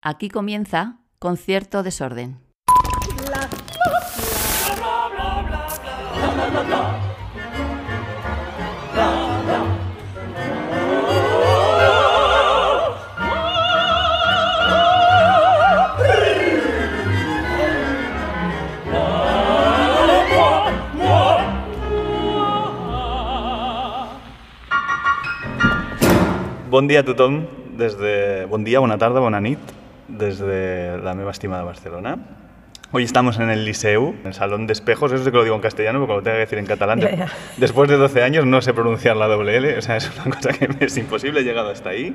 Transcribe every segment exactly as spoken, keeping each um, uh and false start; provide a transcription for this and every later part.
Aquí comienza Concierto Desorden. Bon dia a tothom, des de... bon dia, bona tarda, bona nit, desde la meva estimada Barcelona. Hoy estamos en el Liceu, en el Salón de Espejos, eso sí que lo digo en castellano porque lo tengo que decir en catalán. Yeah, yeah. Después de doce años no sé pronunciar la doble L, o sea, es una cosa que me es imposible, he llegado hasta ahí.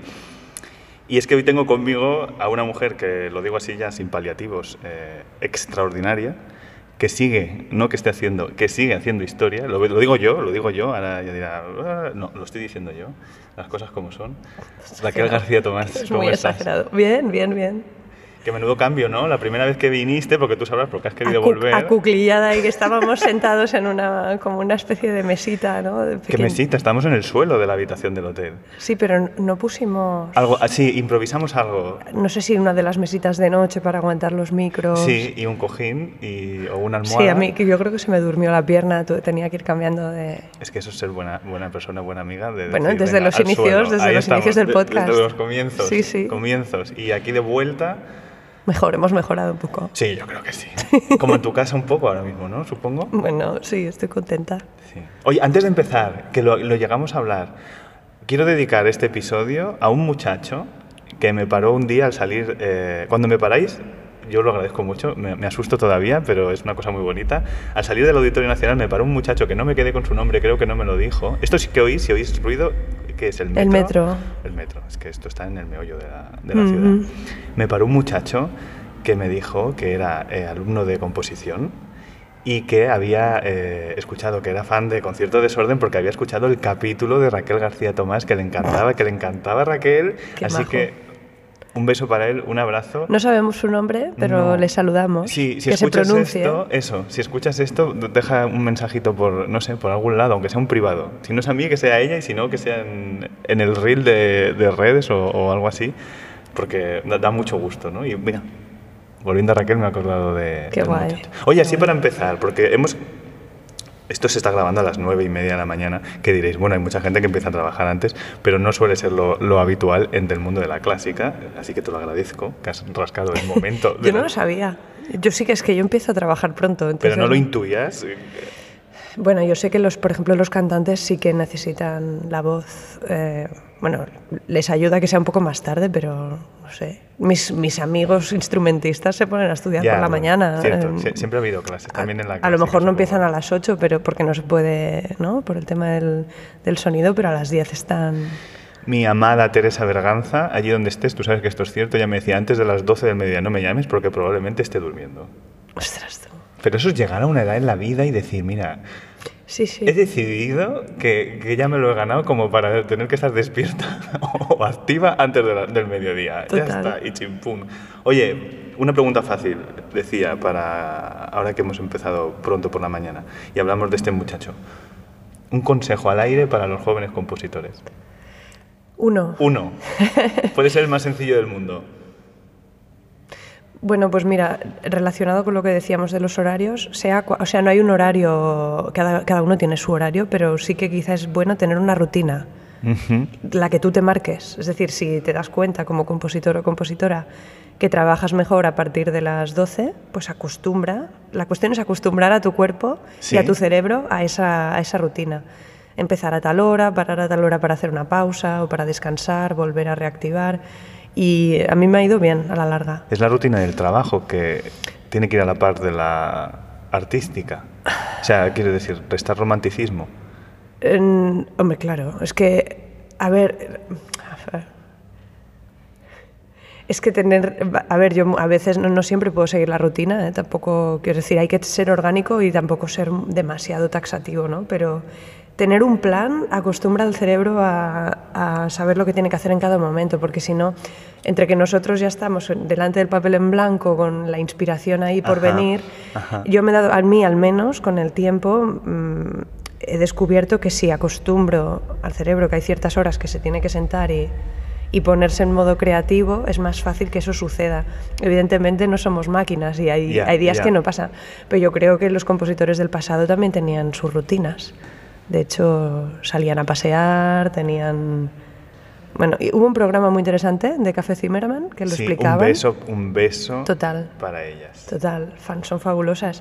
Y es que hoy tengo conmigo a una mujer que, lo digo así ya sin paliativos, eh, extraordinaria, que sigue, no que esté haciendo, que sigue haciendo historia, lo, lo digo yo, lo digo yo, ahora ya dirá, ah, no, lo estoy diciendo yo, las cosas como son. Raquel García Tomás, es ¿cómo muy estás? Exagerado. Bien, bien, bien. Qué menudo cambio, ¿no? La primera vez que viniste, porque tú sabrás por qué has querido Acu volver. Acuclillada y que estábamos sentados en una, como una especie de mesita, ¿no? De ¿Qué mesita? Estamos en el suelo de la habitación del hotel. Sí, pero no pusimos... Algo, sí, improvisamos algo. No sé si una de las mesitas de noche para aguantar los micros. Sí, y un cojín y, o una almohada. Sí, a mí que yo creo que se me durmió la pierna, tenía que ir cambiando de... Es que eso es ser buena, buena persona, buena amiga. De bueno, decir, desde venga, los inicios, suelo. desde Ahí los estamos, inicios del podcast. Desde los comienzos, sí, sí. comienzos. Y aquí de vuelta... Mejor, hemos mejorado un poco. Sí, yo creo que sí. Como en tu casa un poco ahora mismo, ¿no? Supongo. Bueno, sí, estoy contenta. Sí. Oye, antes de empezar, que lo, lo llegamos a hablar, quiero dedicar este episodio a un muchacho que me paró un día al salir... Eh, cuando me paráis, yo lo agradezco mucho, me, me asusto todavía, pero es una cosa muy bonita. Al salir del Auditorio Nacional me paró un muchacho que no me quedé con su nombre, creo que no me lo dijo. Esto sí que oís, si oís ruido... ¿Qué es el metro? El metro. El metro, es que esto está en el meollo de la, de la mm-hmm. ciudad. Me paró un muchacho que me dijo que era eh, alumno de composición y que había eh, escuchado, que era fan de Concierto Desorden porque había escuchado el capítulo de Raquel García Tomás, que le encantaba, que le encantaba a Raquel. Qué así majo. Que un beso para él, un abrazo. No sabemos su nombre, pero no. Le saludamos. Sí, si que escuchas se pronuncie. Esto, eso, si escuchas esto, deja un mensajito por, no sé, por algún lado, aunque sea un privado. Si no es a mí, que sea a ella, y si no, que sea en, en el reel de, de redes o, o algo así, porque da, da mucho gusto, ¿no? Y mira, volviendo a Raquel me he acordado de... Qué guay. Muchacho. Oye, así para empezar, porque hemos... Esto se está grabando a las nueve y media de la mañana, que diréis, bueno, hay mucha gente que empieza a trabajar antes, pero no suele ser lo, lo habitual en el mundo de la clásica, así que te lo agradezco, que has rascado el momento. Yo no lo sabía. Yo sí que es que yo empiezo a trabajar pronto. Entonces... Pero no lo intuías. Bueno, yo sé que, los, por ejemplo, los cantantes sí que necesitan la voz... Eh, bueno, les ayuda a que sea un poco más tarde, pero no sé. Mis, mis amigos instrumentistas se ponen a estudiar ya, por la bueno, mañana. Cierto, eh, siempre ha habido clases, también a, en la clásica. A lo mejor no supongo. Empiezan a las ocho, pero porque no se puede, ¿no? Por el tema del, del sonido, pero a las diez están... Mi amada Teresa Berganza, allí donde estés, tú sabes que esto es cierto, ella me decía, antes de las doce del mediodía no me llames porque probablemente esté durmiendo. Ostras, tú. Pero eso es llegar a una edad en la vida y decir, mira... Sí, sí. He decidido que, que ya me lo he ganado como para tener que estar despierta o activa antes de la, del mediodía. Total. Ya está, y chimpún. Oye, una pregunta fácil, decía, para ahora que hemos empezado pronto por la mañana y hablamos de este muchacho. Un consejo al aire para los jóvenes compositores. Uno. Uno. Puede ser el más sencillo del mundo. Bueno, pues mira, relacionado con lo que decíamos de los horarios, sea, o sea, no hay un horario, cada, cada uno tiene su horario, pero sí que quizás es bueno tener una rutina, uh-huh. la que tú te marques. Es decir, si te das cuenta como compositor o compositora que trabajas mejor a partir de las doce, pues acostumbra. La cuestión es acostumbrar a tu cuerpo ¿Sí? y a tu cerebro a esa, a esa rutina. Empezar a tal hora, parar a tal hora para hacer una pausa o para descansar, volver a reactivar... Y a mí me ha ido bien a la larga. Es la rutina del trabajo que tiene que ir a la par de la artística. O sea, quiere decir, restar romanticismo. En, hombre, claro. Es que, a ver, a ver... Es que tener... A ver, yo a veces no, no siempre puedo seguir la rutina, ¿eh? Tampoco, quiero decir, hay que ser orgánico y tampoco ser demasiado taxativo, ¿no? Pero... Tener un plan acostumbra al cerebro a, a saber lo que tiene que hacer en cada momento, porque si no, entre que nosotros ya estamos delante del papel en blanco con la inspiración ahí por ajá, venir, ajá. yo me he dado, a mí al menos, con el tiempo, mmm, he descubierto que si acostumbro al cerebro que hay ciertas horas que se tiene que sentar y, y ponerse en modo creativo, es más fácil que eso suceda. Evidentemente no somos máquinas y hay, yeah, hay días yeah. que no pasa, pero yo creo que los compositores del pasado también tenían sus rutinas. De hecho, salían a pasear, tenían... Bueno, y hubo un programa muy interesante de Café Zimmerman que lo sí, explicaba. un beso, un beso total, para ellas. Total, fan, son fabulosas.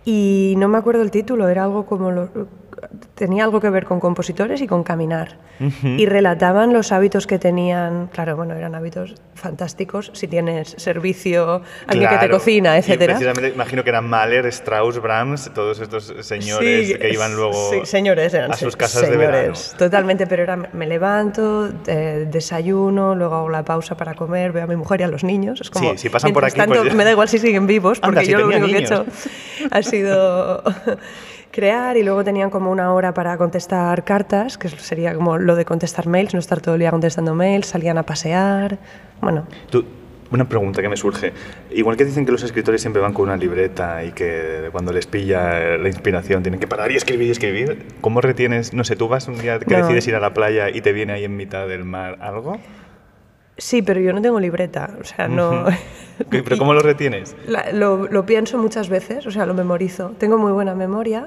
Y no me acuerdo el título, era algo como... Lo, tenía algo que ver con compositores y con caminar. Uh-huh. Y relataban los hábitos que tenían. Claro, bueno, eran hábitos fantásticos. Si tienes servicio, alguien claro. que te cocina, etcétera. Y precisamente imagino que eran Mahler, Strauss, Brahms, todos estos señores sí, que iban luego sí, señores eran, a sus casas señores, de verano. Totalmente, pero era me levanto, eh, desayuno, luego hago la pausa para comer, veo a mi mujer y a los niños. Es como, sí, si pasan por aquí, tanto, pues ya... me da igual si siguen vivos, porque Anda, si yo lo único niños. que he hecho ha sido crear, y luego tenían como una hora para contestar cartas, que sería como lo de contestar mails, no estar todo el día contestando mails, salían a pasear, bueno. Tú, una pregunta que me surge, igual que dicen que los escritores siempre van con una libreta y que cuando les pilla la inspiración tienen que parar y escribir y escribir, ¿cómo retienes, no sé, tú vas un día que no. decides ir a la playa y te viene ahí en mitad del mar algo? Sí, pero yo no tengo libreta, o sea, no... Uh-huh. ¿Pero cómo lo retienes? La, lo, lo pienso muchas veces, o sea, lo memorizo. Tengo muy buena memoria.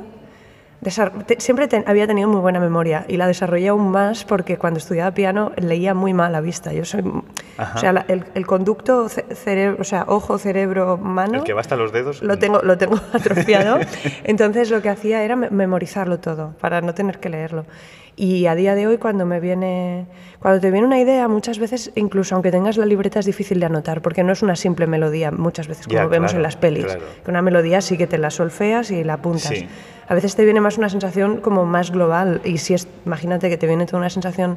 Desar- te, siempre te, había tenido muy buena memoria y la desarrollé aún más porque cuando estudiaba piano leía muy mal a vista. Yo soy... Ajá. O sea, la, el, el conducto cerebro, o sea, ojo, cerebro, mano... El que va hasta los dedos... Lo tengo, lo tengo atrofiado. Entonces lo que hacía era memorizarlo todo para no tener que leerlo. Y a día de hoy, cuando me viene, cuando te viene una idea, muchas veces, incluso aunque tengas la libreta, es difícil de anotar, porque no es una simple melodía, muchas veces, como ya, vemos claro, en las pelis. Claro. Que una melodía sí que te la solfeas y la apuntas. Sí. A veces te viene más una sensación como más global, y si es, imagínate que te viene toda una sensación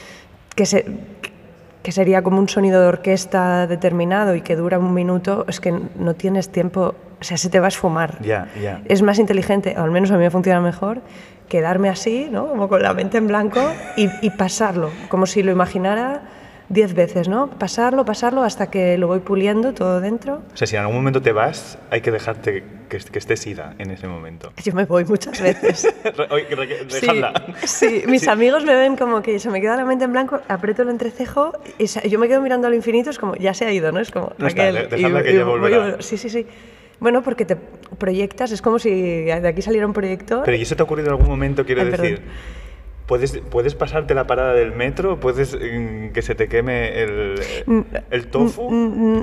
que se... que sería como un sonido de orquesta determinado y que dura un minuto, es que no tienes tiempo, o sea, se te va a esfumar. Yeah, yeah. Es más inteligente, o al menos a mí me funciona mejor, quedarme así, ¿no? Como con la mente en blanco y, y pasarlo, como si lo imaginara diez veces, ¿no? Pasarlo, pasarlo hasta que lo voy puliendo todo dentro. O sea, si en algún momento te vas, hay que dejarte que, que estés ida en ese momento. Yo me voy muchas veces. Oye, dejadla. Sí, sí, mis sí. amigos me ven como que se me queda la mente en blanco, aprieto el entrecejo y yo me quedo mirando al infinito, es como, ya se ha ido, ¿no? Es como, no Raquel, está, dejadla y, que y, ya volverá. Sí, sí, sí. Bueno, porque te proyectas, es como si de aquí saliera un proyector. Pero ¿y eso te ha ocurrido en algún momento, quiero Ay, decir? ¿Puedes, ¿Puedes pasarte la parada del metro? ¿Puedes mm, que se te queme el, el tofu? No,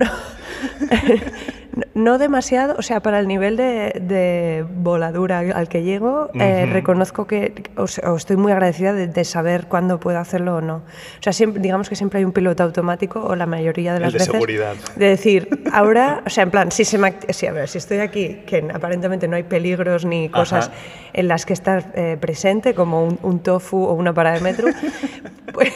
no demasiado, o sea, para el nivel de, de voladura al que llego, uh-huh. eh, reconozco que o sea, estoy muy agradecida de, de saber cuándo puedo hacerlo o no. O sea, siempre, digamos que siempre hay un piloto automático, o la mayoría de las el de veces. Seguridad. De decir, ahora, o sea, en plan, si, se me, si, a ver, si estoy aquí, que aparentemente no hay peligros ni cosas Ajá. en las que estar eh, presente, como un, un tofu o una parada de metro, pues...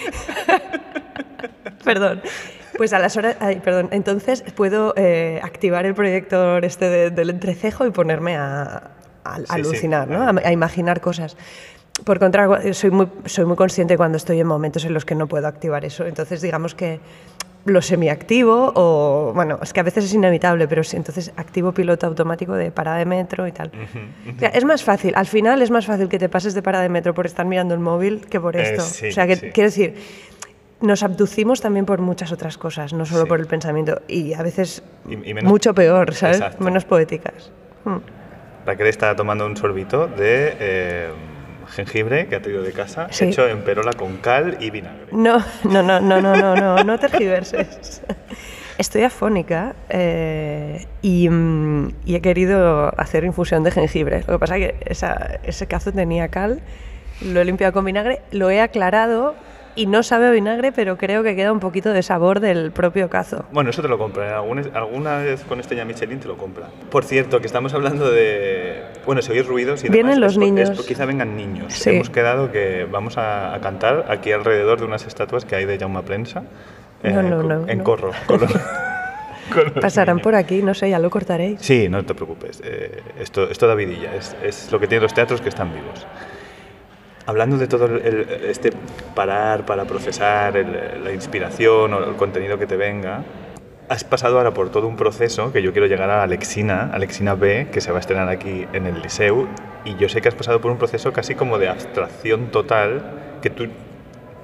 Perdón. Pues a las horas, ay, perdón, entonces puedo eh, activar el proyector este de, del entrecejo y ponerme a, a, a sí, alucinar, sí. ¿no? A, a imaginar cosas. Por contra, soy muy, soy muy consciente cuando estoy en momentos en los que no puedo activar eso. Entonces, digamos que lo semiactivo o, bueno, es que a veces es inevitable, pero sí, entonces activo piloto automático de parada de metro y tal. Uh-huh, uh-huh. O sea, es más fácil, al final es más fácil que te pases de parada de metro por estar mirando el móvil que por esto. Eh, sí, o sea, que, sí. quiero decir... Nos abducimos también por muchas otras cosas, no solo sí. por el pensamiento, y a veces y, y menos, mucho peor, ¿sabes? Exacto. Menos poéticas. Hmm. Raquel está tomando un sorbito de eh, jengibre que ha traído de casa, sí. hecho en perola con cal y vinagre. No, no, no, no, no, no, no, no tergiverses. Estoy afónica eh, y, mm, y he querido hacer infusión de jengibre. Lo que pasa es que esa, ese cazo tenía cal, lo he limpiado con vinagre, lo he aclarado. Y no sabe a vinagre, pero creo que queda un poquito de sabor del propio cazo. Bueno, eso te lo compra. Alguna, alguna vez con Estrella Michelin te lo compra. Por cierto, que estamos hablando de... Bueno, si oís ruidos y Vienen demás, los es por, niños. Es por, quizá vengan niños. Sí. Hemos quedado que vamos a, a cantar aquí alrededor de unas estatuas que hay de Jaume Plensa. Eh, no, no, no. En no. Corro. Con los, con Pasarán niños. por aquí, no sé, ya lo cortaréis. Sí, no te preocupes. Eh, esto, esto da vidilla. Es, es lo que tienen los teatros que están vivos. Hablando de todo el, el, este parar para procesar el, la inspiración o el contenido que te venga, has pasado ahora por todo un proceso que yo quiero llegar a Alexina, Alexina B, que se va a estrenar aquí en el Liceu, y yo sé que has pasado por un proceso casi como de abstracción total, que tú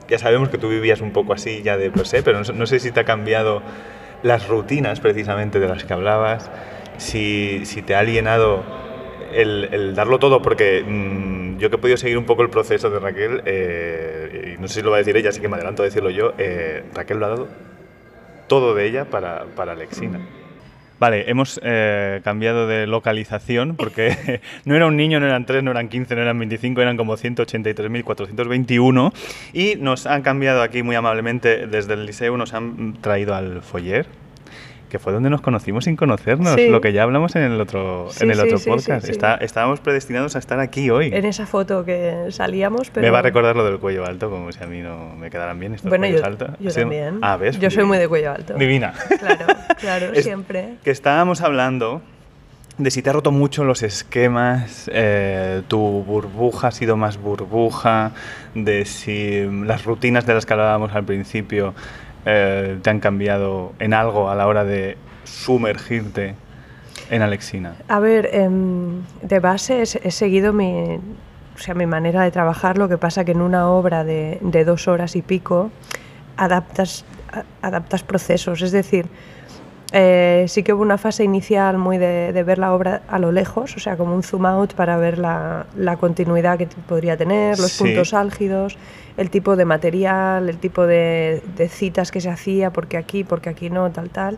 ya sabemos que tú vivías un poco así ya de per se, pero no, no sé si te ha cambiado las rutinas precisamente de las que hablabas, si, si te ha alienado el, el darlo todo, porque mmm, yo que he podido seguir un poco el proceso de Raquel, eh, y no sé si lo va a decir ella, así que me adelanto a decirlo yo, eh, Raquel lo ha dado todo de ella para, para Alexina. Vale, hemos eh, cambiado de localización porque no era un niño, no eran tres, no eran quince, no eran veinticinco, eran como ciento ochenta y tres mil cuatrocientos veintiuno y nos han cambiado aquí muy amablemente desde el liceo, nos han traído al foyer, que fue donde nos conocimos sin conocernos, sí. Lo que ya hablamos en el otro, sí, en el otro sí, podcast. Sí, sí, Está, sí. Estábamos predestinados a estar aquí hoy. En esa foto que salíamos, pero... Me va a recordar lo del cuello alto, como si a mí no me quedaran bien estos bueno, cuellos yo, altos. yo ¿Sí? también. Ah, ¿ves? Yo soy muy de cuello alto. Divina. Claro, claro, es siempre. Que estábamos hablando de si te ha roto mucho los esquemas, eh, tu burbuja ha sido más burbuja, de si las rutinas de las que hablábamos al principio eh, te han cambiado en algo a la hora de sumergirte en Alexina. A ver, eh, de base he, he seguido mi, o sea, mi manera de trabajar, lo que pasa que en una obra de, de dos horas y pico adaptas, a, adaptas procesos, es decir, eh, sí que hubo una fase inicial muy de, de ver la obra a lo lejos, o sea, como un zoom out para ver la, la continuidad que podría tener, los sí. puntos álgidos, el tipo de material, el tipo de, de citas que se hacía, porque aquí, porque aquí no, tal, tal.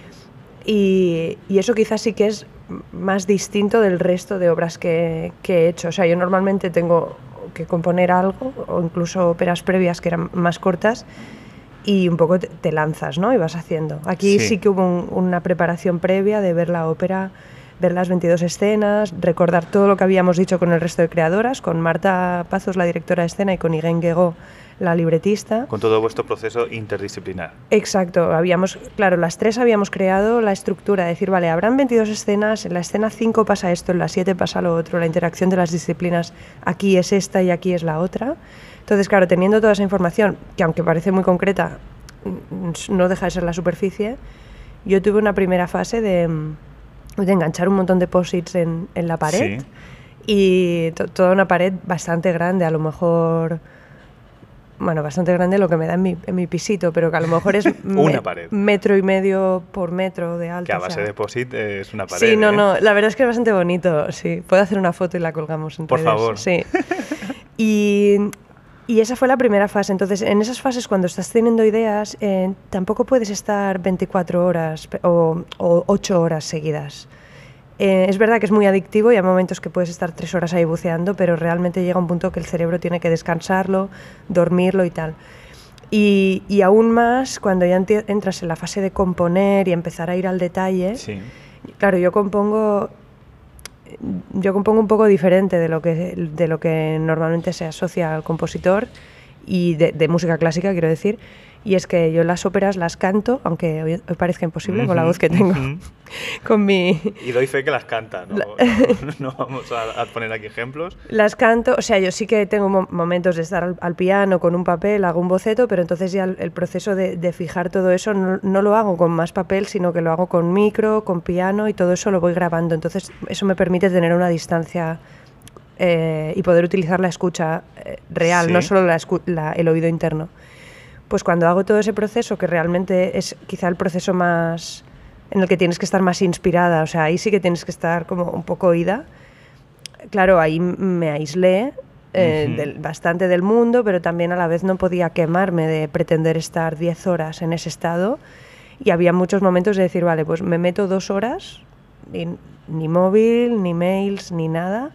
Y, y eso quizás sí que es más distinto del resto de obras que, que he hecho. O sea, yo normalmente tengo que componer algo, o incluso óperas previas que eran más cortas, y un poco te, te lanzas, ¿no? Y vas haciendo. Aquí sí, sí que hubo un, una preparación previa de ver la ópera, ver las veintidós escenas, recordar todo lo que habíamos dicho con el resto de creadoras, con Marta Pazos, la directora de escena, y con Irene Guegó, la libretista. Con todo vuestro proceso interdisciplinar. Exacto. Habíamos, claro, las tres habíamos creado la estructura, de decir, vale, habrán veintidós escenas, en la escena cinco pasa esto, en la siete pasa lo otro, la interacción de las disciplinas aquí es esta y aquí es la otra. Entonces, claro, teniendo toda esa información, que aunque parece muy concreta, no deja de ser la superficie, yo tuve una primera fase de, de enganchar un montón de post-its en, en la pared, sí. Y to, toda una pared bastante grande, a lo mejor... Bueno, bastante grande lo que me da en mi, en mi pisito, pero que a lo mejor es una me, pared. metro y medio por metro de alto. Que a base o sea. de post-it es una pared. Sí, no, ¿eh? no, la verdad es que es bastante bonito, sí. Puedo hacer una foto y la colgamos en Por redes. favor. Sí. Y, y esa fue la primera fase. Entonces, en esas fases, cuando estás teniendo ideas, eh, tampoco puedes estar veinticuatro horas o, o ocho horas seguidas. Eh, es verdad que es muy adictivo y hay momentos que puedes estar tres horas ahí buceando, pero realmente llega un punto que el cerebro tiene que descansarlo, dormirlo y tal. Y, y aún más cuando ya entras en la fase de componer y empezar a ir al detalle. Sí. Claro, yo compongo, yo compongo un poco diferente de lo que, de lo que normalmente se asocia al compositor y de, de música clásica, quiero decir. Y es que yo las óperas las canto, aunque hoy, hoy parezca imposible uh-huh, con la voz que tengo, uh-huh. con mi... Y doy fe que las canta, ¿no? La... no, no vamos a, a poner aquí ejemplos. Las canto, o sea, yo sí que tengo mo- momentos de estar al, al piano con un papel, hago un boceto, pero entonces ya el, el proceso de, de fijar todo eso no, no lo hago con más papel, sino que lo hago con micro, con piano, y todo eso lo voy grabando. Entonces eso me permite tener una distancia eh, y poder utilizar la escucha eh, real, ¿sí? No solo la escu- la, el oído interno. Pues cuando hago todo ese proceso, que realmente es quizá el proceso más en el que tienes que estar más inspirada, o sea, ahí sí que tienes que estar como un poco oída. Claro, ahí me aislé eh, uh-huh. del, bastante del mundo, pero también a la vez no podía quemarme de pretender estar diez horas en ese estado. Y había muchos momentos de decir, vale, pues me meto dos horas, y ni móvil, ni mails, ni nada.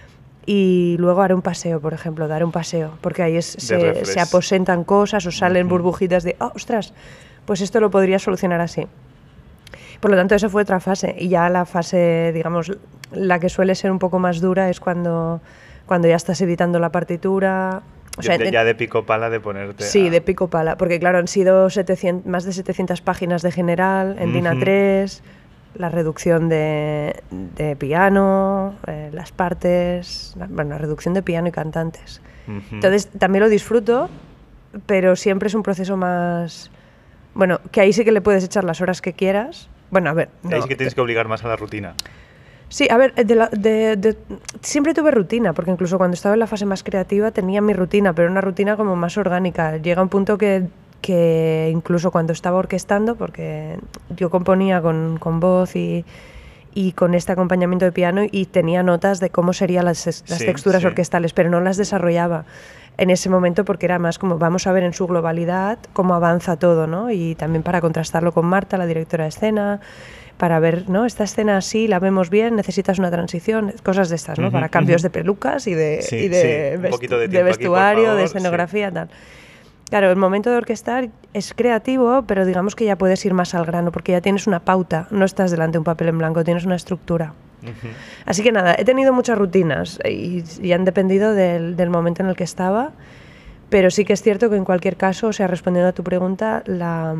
Y luego haré un paseo, por ejemplo, daré un paseo, porque ahí es, se, se aposentan cosas o salen uh-huh. burbujitas de, oh, ostras, pues esto lo podría solucionar así. Por lo tanto, esa fue otra fase. Y ya la fase, digamos, la que suele ser un poco más dura es cuando, cuando ya estás editando la partitura. O sea, ya, ya de pico pala de ponerte... Sí, a... de pico pala, porque claro, han sido setecientas, más de setecientas páginas de general en uh-huh. DIN A tres... la reducción de, de piano, eh, las partes, la, bueno, la reducción de piano y cantantes. Uh-huh. Entonces, también lo disfruto, pero siempre es un proceso más... Bueno, que ahí sí que le puedes echar las horas que quieras. Bueno, a ver... No, ahí sí que tienes que obligar más a la rutina. Sí, a ver, de la, de, de, siempre tuve rutina, porque incluso cuando estaba en la fase más creativa tenía mi rutina, pero una rutina como más orgánica. Llega un punto que, que incluso cuando estaba orquestando, porque yo componía con, con voz y, y con este acompañamiento de piano y tenía notas de cómo serían las, las sí, texturas sí. orquestales, pero no las desarrollaba en ese momento porque era más como vamos a ver en su globalidad cómo avanza todo, ¿no? Y también para contrastarlo con Marta, la directora de escena, para ver, ¿no? Esta escena así, la vemos bien, necesitas una transición, cosas de estas, ¿no? Uh-huh, para cambios uh-huh. de pelucas y de, sí, y de, sí. Un poquito de, de vestuario, aquí, favor, de escenografía, sí. tal. Claro, el momento de orquestar es creativo, pero digamos que ya puedes ir más al grano, porque ya tienes una pauta, no estás delante de un papel en blanco, tienes una estructura. Uh-huh. Así que nada, he tenido muchas rutinas y, y han dependido del, del momento en el que estaba, pero sí que es cierto que en cualquier caso, o sea, respondiendo a tu pregunta, la,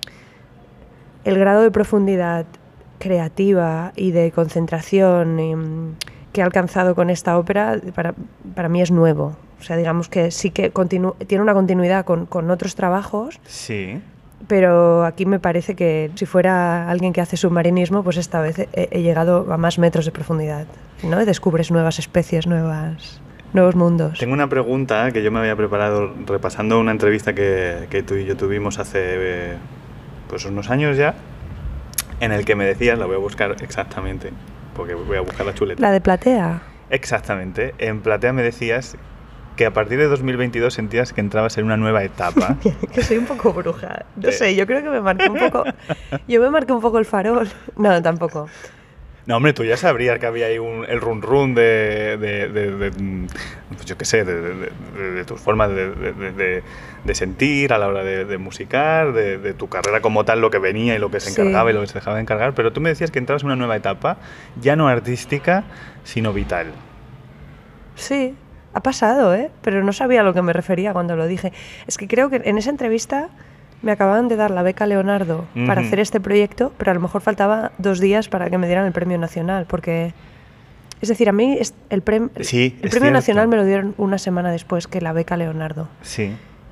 el grado de profundidad creativa y de concentración y, que he alcanzado con esta ópera para, para mí es nuevo. O sea, digamos que sí que continu- tiene una continuidad con, con otros trabajos, sí. pero aquí me parece que si fuera alguien que hace submarinismo, pues esta vez he, he llegado a más metros de profundidad, ¿no? Y descubres nuevas especies, nuevas, nuevos mundos. Tengo una pregunta que yo me había preparado repasando una entrevista que, que tú y yo tuvimos hace pues unos años ya, en el que me decías, la voy a buscar exactamente, porque voy a buscar la chuleta. ¿La de Platea? Exactamente. En Platea me decías que a partir de dos mil veintidós sentías que entrabas en una nueva etapa. Que soy un poco bruja. No sé, yo creo que me marqué un poco... Yo me marqué un poco el farol. No, tampoco. No, hombre, tú ya sabrías que había ahí un, el run run de, de, de, de, de pues yo qué sé, de, de, de, de tus formas de, de, de, de sentir a la hora de, de musicar, de, de tu carrera como tal, lo que venía y lo que se encargaba sí. y lo que se dejaba de encargar, pero tú me decías que entrabas en una nueva etapa, ya no artística, sino vital. Sí, ha pasado, ¿eh? Pero no sabía a lo que me refería cuando lo dije. Es que creo que en esa entrevista me acababan de dar la beca Leonardo uh-huh. para hacer este proyecto, pero a lo mejor faltaba dos días para que me dieran el premio nacional, porque... Es decir, a mí el, prem, sí, el premio cierto. nacional me lo dieron una semana después que la beca Leonardo. Sí.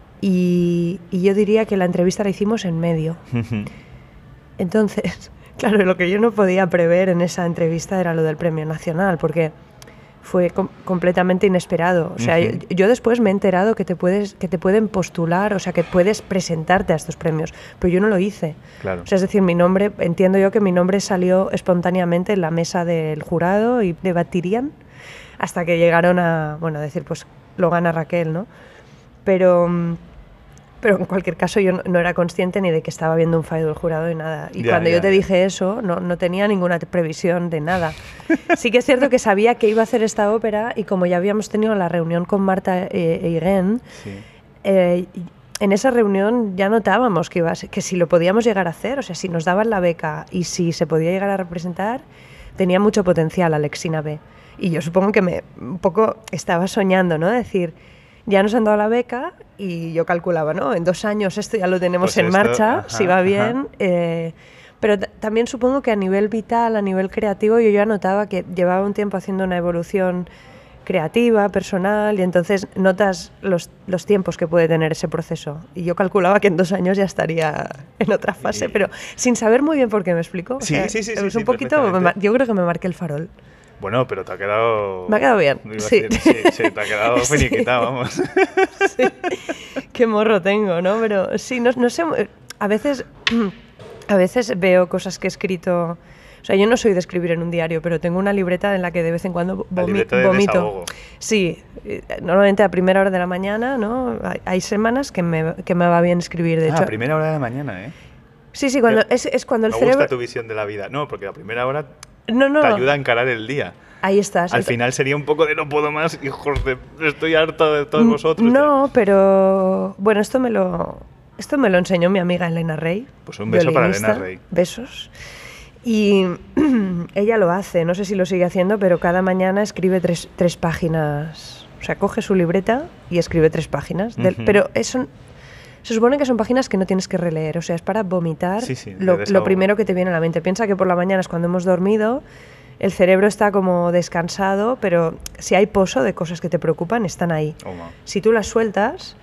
Y, y yo diría que la entrevista la hicimos en medio. Uh-huh. Entonces, claro, lo que yo no podía prever en esa entrevista era lo del premio nacional, porque fue com- completamente inesperado. O sea, uh-huh. yo, yo después me he enterado que te puedes, que te pueden postular, o sea, que puedes presentarte a estos premios, pero yo no lo hice. Claro. O sea, es decir, mi nombre, entiendo yo que mi nombre salió espontáneamente en la mesa del jurado y debatirían hasta que llegaron a, bueno, a decir, pues lo gana Raquel, ¿no? Pero... Pero en cualquier caso yo no, no era consciente ni de que estaba viendo un fallo del jurado ni nada. Y ya, cuando ya, yo te ya. dije eso, no, no tenía ninguna previsión de nada. Sí que es cierto que sabía que iba a hacer esta ópera y como ya habíamos tenido la reunión con Marta e, e Irene, sí. eh, en esa reunión ya notábamos que, iba a ser, que si lo podíamos llegar a hacer, o sea, si nos daban la beca y si se podía llegar a representar, tenía mucho potencial Alexina B. Y yo supongo que me un poco estaba soñando, ¿no? Decir... Ya nos han dado la beca y yo calculaba, ¿no? En dos años esto ya lo tenemos pues en esto, marcha, ajá, si va bien. Eh, pero t- también supongo que a nivel vital, a nivel creativo, yo ya notaba que llevaba un tiempo haciendo una evolución creativa, personal, y entonces notas los, los tiempos que puede tener ese proceso. Y yo calculaba que en dos años ya estaría en otra fase, sí. pero sin saber muy bien por qué, ¿me explico? O sí, sea, sí, sí. Es sí, un sí, poquito, me, yo creo que me marqué el farol. Bueno, pero te ha quedado... Me ha quedado bien, sí. Decir, sí. Sí, te ha quedado finiquitado, vamos. Sí. Qué morro tengo, ¿no? Pero sí, no, no sé... A veces, a veces veo cosas que he escrito... O sea, yo no soy de escribir en un diario, pero tengo una libreta en la que de vez en cuando vomi- la libreta de vomito. Desahogo. Sí, normalmente a primera hora de la mañana, ¿no? Hay, hay semanas que me, que me va bien escribir, de ah, hecho. a primera hora de la mañana, ¿eh? Sí, sí, cuando, es, es cuando el me cerebro... Me gusta tu visión de la vida. No, porque a primera hora... No, no. Te ayuda a encarar el día. Ahí estás. Al final sería un poco de no puedo más, hijos de... Estoy harta de todos vosotros. No, ya. Pero... Bueno, esto me lo... Esto me lo enseñó mi amiga Elena Rey. Pues un beso para Elena Rey. Besos. Y ella lo hace, no sé si lo sigue haciendo, pero cada mañana escribe tres, tres páginas. O sea, coge su libreta y escribe tres páginas. Del, uh-huh. Pero eso... Se supone que son páginas que no tienes que releer, o sea, es para vomitar sí, sí, lo, lo primero que te viene a la mente. Piensa que por la mañana es cuando hemos dormido, el cerebro está como descansado, pero si hay pozo de cosas que te preocupan, están ahí. Oh, wow. Si tú las sueltas,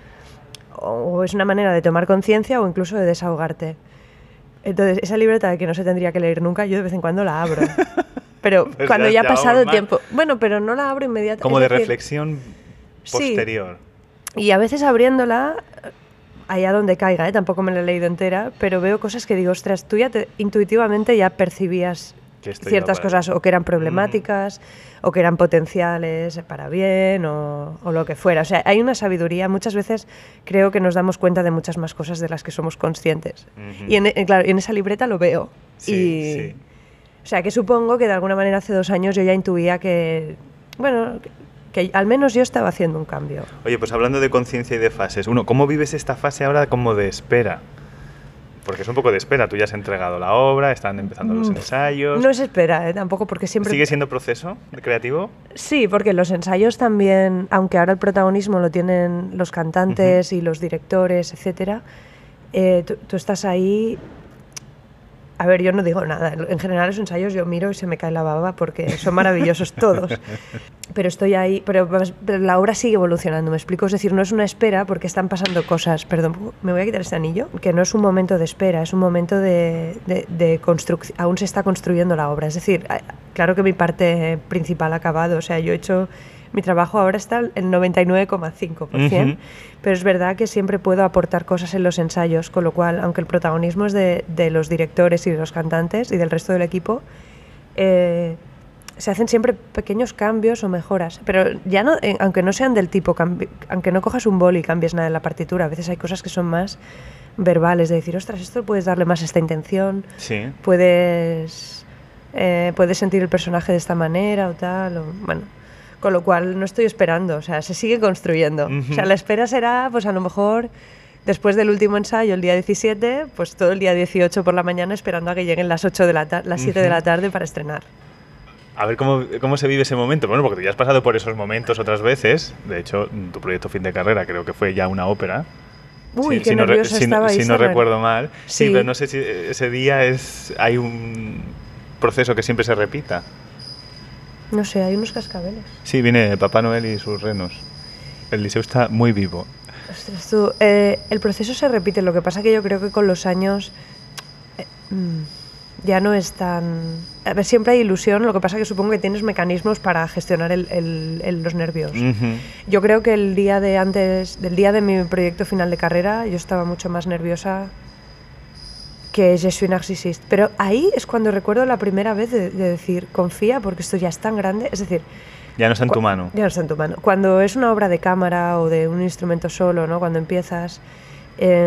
o es una manera de tomar conciencia o incluso de desahogarte. Entonces, esa libreta que no se tendría que leer nunca, yo de vez en cuando la abro. pero Pues cuando ya- ya ha ya pasado vamos mal. tiempo... Bueno, pero no la abro inmediatamente. Como de reflexión posterior. Sí, y a veces abriéndola, allá donde caiga, ¿eh? Tampoco me la he leído entera, pero veo cosas que digo, ostras, tú ya te- intuitivamente ya percibías Que esto ciertas iba para cosas allá. o que eran problemáticas o que eran potenciales para bien o, o lo que fuera. O sea, hay una sabiduría. Muchas veces creo que nos damos cuenta de muchas más cosas de las que somos conscientes. Ujú. Y en, e- claro, y en esa libreta lo veo. Sí, y, sí. O sea, que supongo que de alguna manera hace dos años yo ya intuía que, bueno, que, que al menos yo estaba haciendo un cambio. Oye, pues hablando de conciencia y de fases, uno, ¿cómo vives esta fase ahora como de espera? Porque es un poco de espera, tú ya has entregado la obra, están empezando los ensayos. Mm, No se espera, ¿eh? Tampoco, porque siempre... ¿Sigue siendo proceso de creativo? Sí, porque los ensayos también, aunque ahora el protagonismo lo tienen los cantantes y los directores, etcétera, eh, tú, tú estás ahí. A ver, yo no digo nada. En general, los ensayos yo miro y se me cae la baba porque son maravillosos todos. Pero estoy ahí. Pero, pero la obra sigue evolucionando, ¿me explico? Es decir, no es una espera porque están pasando cosas. Perdón, me voy a quitar este anillo. Que no es un momento de espera, es un momento de, de, de construcción. Aún se está construyendo la obra. Es decir, claro que mi parte principal ha acabado. O sea, yo he hecho. Mi trabajo ahora está en noventa y nueve coma cinco por ciento, uh-huh. Pero es verdad que siempre puedo aportar cosas en los ensayos, con lo cual, aunque el protagonismo es de, de los directores y de los cantantes y del resto del equipo, eh, se hacen siempre pequeños cambios o mejoras. Pero ya no, eh, aunque no sean del tipo, cambi- aunque no cojas un boli y cambies nada en la partitura, a veces hay cosas que son más verbales, de decir, ostras, esto puedes darle más esta intención, sí. puedes, eh, puedes sentir el personaje de esta manera o tal, o, bueno... Con lo cual no estoy esperando, o sea, se sigue construyendo. Uh-huh. O sea, la espera será, pues a lo mejor, después del último ensayo, el día diecisiete, pues todo el día dieciocho por la mañana esperando a que lleguen las ocho de la ta- las siete uh-huh. de la tarde para estrenar. A ver cómo, cómo se vive ese momento. Bueno, porque tú ya has pasado por esos momentos otras veces. De hecho, tu proyecto fin de carrera creo que fue ya una ópera. Uy, si, qué si nerviosa no, si, estaba si, ahí. Si no recuerdo mal. Sí. sí, pero no sé si ese día es hay un proceso que siempre se repita. No sé, hay unos cascabeles. Sí, viene Papá Noel y sus renos. El liceo está muy vivo. Ostras, tú, eh, el proceso se repite, lo que pasa que yo creo que con los años eh, ya no es tan... A ver, siempre hay ilusión, lo que pasa que supongo que tienes mecanismos para gestionar el, el, el, los nervios. Uh-huh. Yo creo que el día de antes, del día de mi proyecto final de carrera, yo estaba mucho más nerviosa que Je suis narcisiste. Pero ahí es cuando recuerdo la primera vez de, de decir, confía porque esto ya es tan grande. Es decir... Ya no está en tu mano. Ya no está en tu mano. Cuando es una obra de cámara o de un instrumento solo, ¿no? Cuando empiezas... Eh,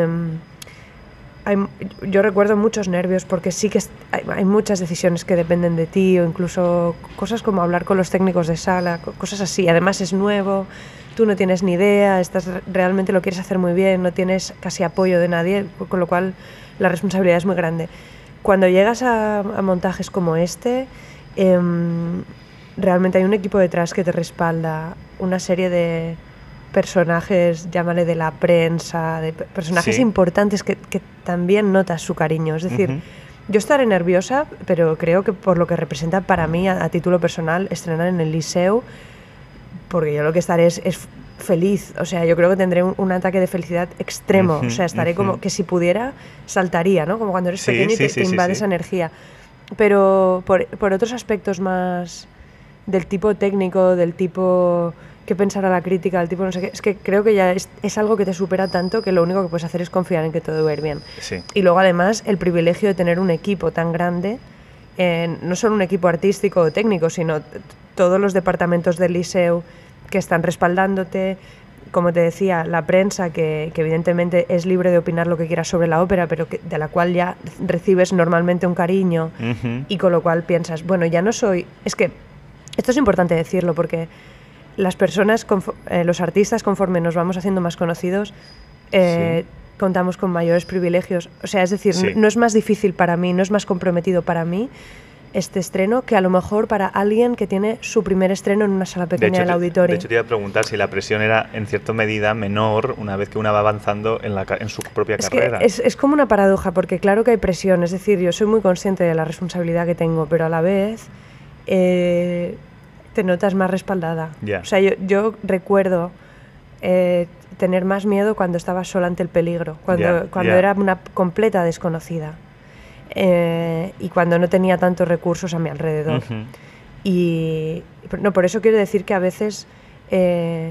hay, yo recuerdo muchos nervios porque sí que es, hay, hay muchas decisiones que dependen de ti o incluso cosas como hablar con los técnicos de sala, cosas así. Además es nuevo, tú no tienes ni idea, estás, realmente lo quieres hacer muy bien, no tienes casi apoyo de nadie, con lo cual... La responsabilidad es muy grande. Cuando llegas a, a montajes como este, eh, realmente hay un equipo detrás que te respalda, una serie de personajes, llámale de la prensa, de personajes sí. importantes que, que también notas su cariño. Es decir, uh-huh. yo estaré nerviosa, pero creo que por lo que representa para mí, a, a título personal, estrenar en el Liceu, porque yo lo que estaré es... es feliz, o sea, yo creo que tendré un, un ataque de felicidad extremo, uh-huh, o sea, estaré uh-huh. como que si pudiera saltaría, ¿no? Como cuando eres sí, pequeño sí, y te, sí, te sí, invade sí. esa energía. Pero por, por otros aspectos más del tipo técnico, del tipo qué pensará la crítica, del tipo no sé qué, es que creo que ya es, es algo que te supera tanto que lo único que puedes hacer es confiar en que todo va a ir bien. Sí. Y luego además el privilegio de tener un equipo tan grande, eh, no solo un equipo artístico o técnico, sino t- todos los departamentos del Liceu que están respaldándote, como te decía, la prensa que, que evidentemente es libre de opinar lo que quiera sobre la ópera, pero que, de la cual ya recibes normalmente un cariño uh-huh. y con lo cual piensas, bueno, ya no soy... Es que esto es importante decirlo porque las personas, eh, los artistas, conforme nos vamos haciendo más conocidos, eh, sí. contamos con mayores privilegios. O sea, es decir, sí. no, no es más difícil para mí, no es más comprometido para mí este estreno que a lo mejor para alguien que tiene su primer estreno en una sala pequeña de hecho, del auditorio. De hecho, te iba a preguntar si la presión era en cierta medida menor una vez que una va avanzando en, la, en su propia es carrera. Que es, es como una paradoja, porque claro que hay presión, es decir, yo soy muy consciente de la responsabilidad que tengo, pero a la vez eh, te notas más respaldada. Yeah. O sea, yo, yo recuerdo eh, tener más miedo cuando estaba sola ante el peligro, cuando, yeah, cuando yeah. era una completa desconocida. eh, y cuando no tenía tantos recursos a mi alrededor. Ujú. Y no, por eso quiero decir que a veces... Eh,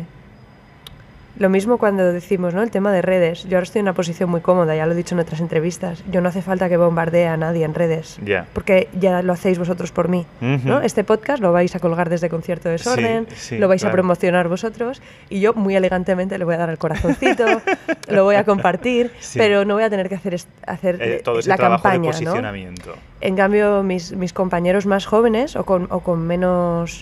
Lo mismo cuando decimos, ¿no? El tema de redes. Yo ahora estoy en una posición muy cómoda, ya lo he dicho en otras entrevistas. Yo no hace falta que bombardee a nadie en redes, Ya. porque ya lo hacéis vosotros por mí, Ujú. ¿no? Este podcast lo vais a colgar desde Concierto Desorden, Sí, sí, lo vais claro. a promocionar vosotros y yo muy elegantemente le voy a dar el corazoncito, lo voy a compartir, Sí. pero no voy a tener que hacer, est- hacer Eh, todo ese la trabajo campaña, de ¿no? posicionamiento. En cambio, mis, mis compañeros más jóvenes o con, o con menos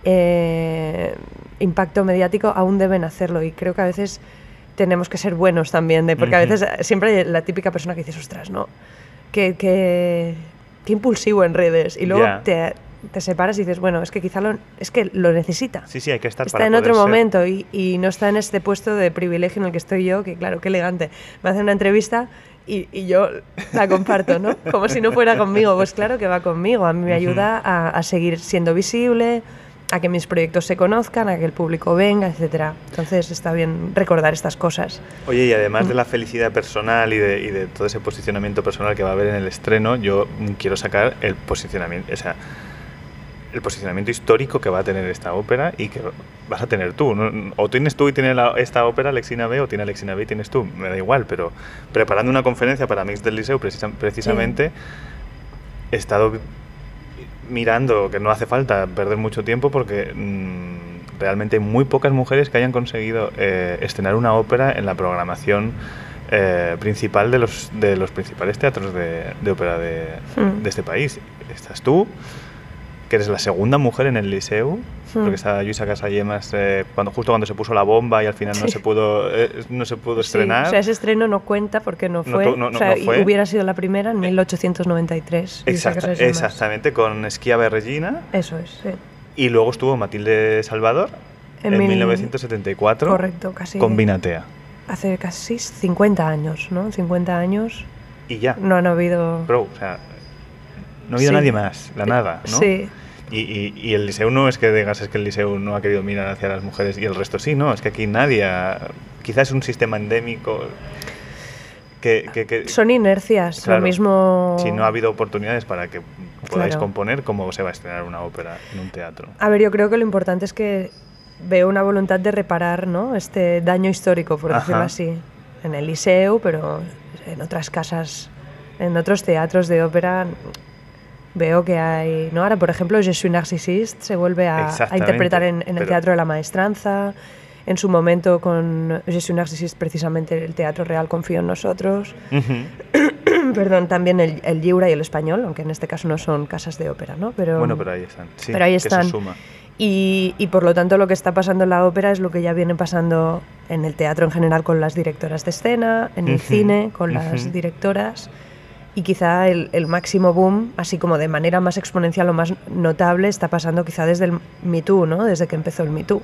eh, impacto mediático aún deben hacerlo y creo que a veces tenemos que ser buenos también, de, porque a Ujú. veces siempre hay la típica persona que dices, ostras, ¿no? Qué, qué, qué impulsivo en redes y luego Ya. te, te separas y dices, bueno, es que quizá lo, es que lo necesita. Sí, sí, hay que estar Está para en poder otro ser. momento y, y no está en este puesto de privilegio en el que estoy yo, que claro, qué elegante. Me hacen una entrevista y, y yo la comparto, ¿no? Como si no fuera conmigo. Pues claro que va conmigo. A mí me ayuda a, a seguir siendo visible, a que mis proyectos se conozcan, a que el público venga, etcétera. Entonces está bien recordar estas cosas. Oye, y además de la felicidad personal y de, y de todo ese posicionamiento personal que va a haber en el estreno, yo mm, quiero sacar el posicionamiento, o sea, el posicionamiento histórico que va a tener esta ópera y que vas a tener tú, ¿no? O tienes tú y tiene la- esta ópera Alexina B, o tiene Alexina B y tienes tú, me da igual, pero preparando una conferencia para Mix del Liceu precisa- precisamente he estado mirando que no hace falta perder mucho tiempo porque mmm, realmente hay muy pocas mujeres que hayan conseguido eh, estrenar una ópera en la programación eh, principal de los, de los principales teatros de, de ópera de, Mm. de este país. Estás tú, que eres la segunda mujer en el Liceu, porque está Lluïsa Casallemas eh, cuando, justo cuando se puso la bomba y al final no Sí. se pudo, eh, no se pudo estrenar. Sí, o sea, ese estreno no cuenta porque no No fue. to- no- no- o sea, no fue. y hubiera sido la primera en mil ochocientos noventa y tres. Lluïsa Exacta- Casallemas. exactamente, con Schiava e Regina. Eso es, sí. Y luego estuvo Matilde Salvador En en, mil- mil novecientos setenta y cuatro. Correcto, casi. Con Vinatea. Hace casi cincuenta años, ¿no? cincuenta años. Y ya. No han habido. Bro, o sea, no ha habido Sí. nadie más, la nada, ¿no? Sí. Y, y, y el Liceu no es que digas es que el Liceu no ha querido mirar hacia las mujeres y el resto sí, no, es que aquí nadie. ha- Quizás es un sistema endémico que. que- que- Son inercias, claro, lo mismo. Si no ha habido oportunidades para que podáis Claro. componer, ¿cómo se va a estrenar una ópera en un teatro? A ver, yo creo que lo importante es que veo una voluntad de reparar, ¿no? Este daño histórico, por Ajá. decirlo así. En el Liceu, pero en otras casas, en otros teatros de ópera. Veo que hay, ¿no? Ahora, por ejemplo, Je suis narcisiste se vuelve a, a Exactamente, interpretar en, en el pero- Teatro de la Maestranza. En su momento con Je suis narcisiste, precisamente el Teatro Real confió en nosotros. Ujú. Perdón, también el, el Lliure y el Español, aunque en este caso no son casas de ópera, ¿no? Pero, Bueno, pero ahí están. Sí, pero ahí que están. se suma. Y, y por lo tanto lo que está pasando en la ópera es lo que ya viene pasando en el teatro en general con las directoras de escena, en el Ujú, cine con las ujú. directoras. Y quizá el, el máximo boom, así como de manera más exponencial o más notable, está pasando quizá desde el Me Too, ¿no? Desde que empezó el Me Too.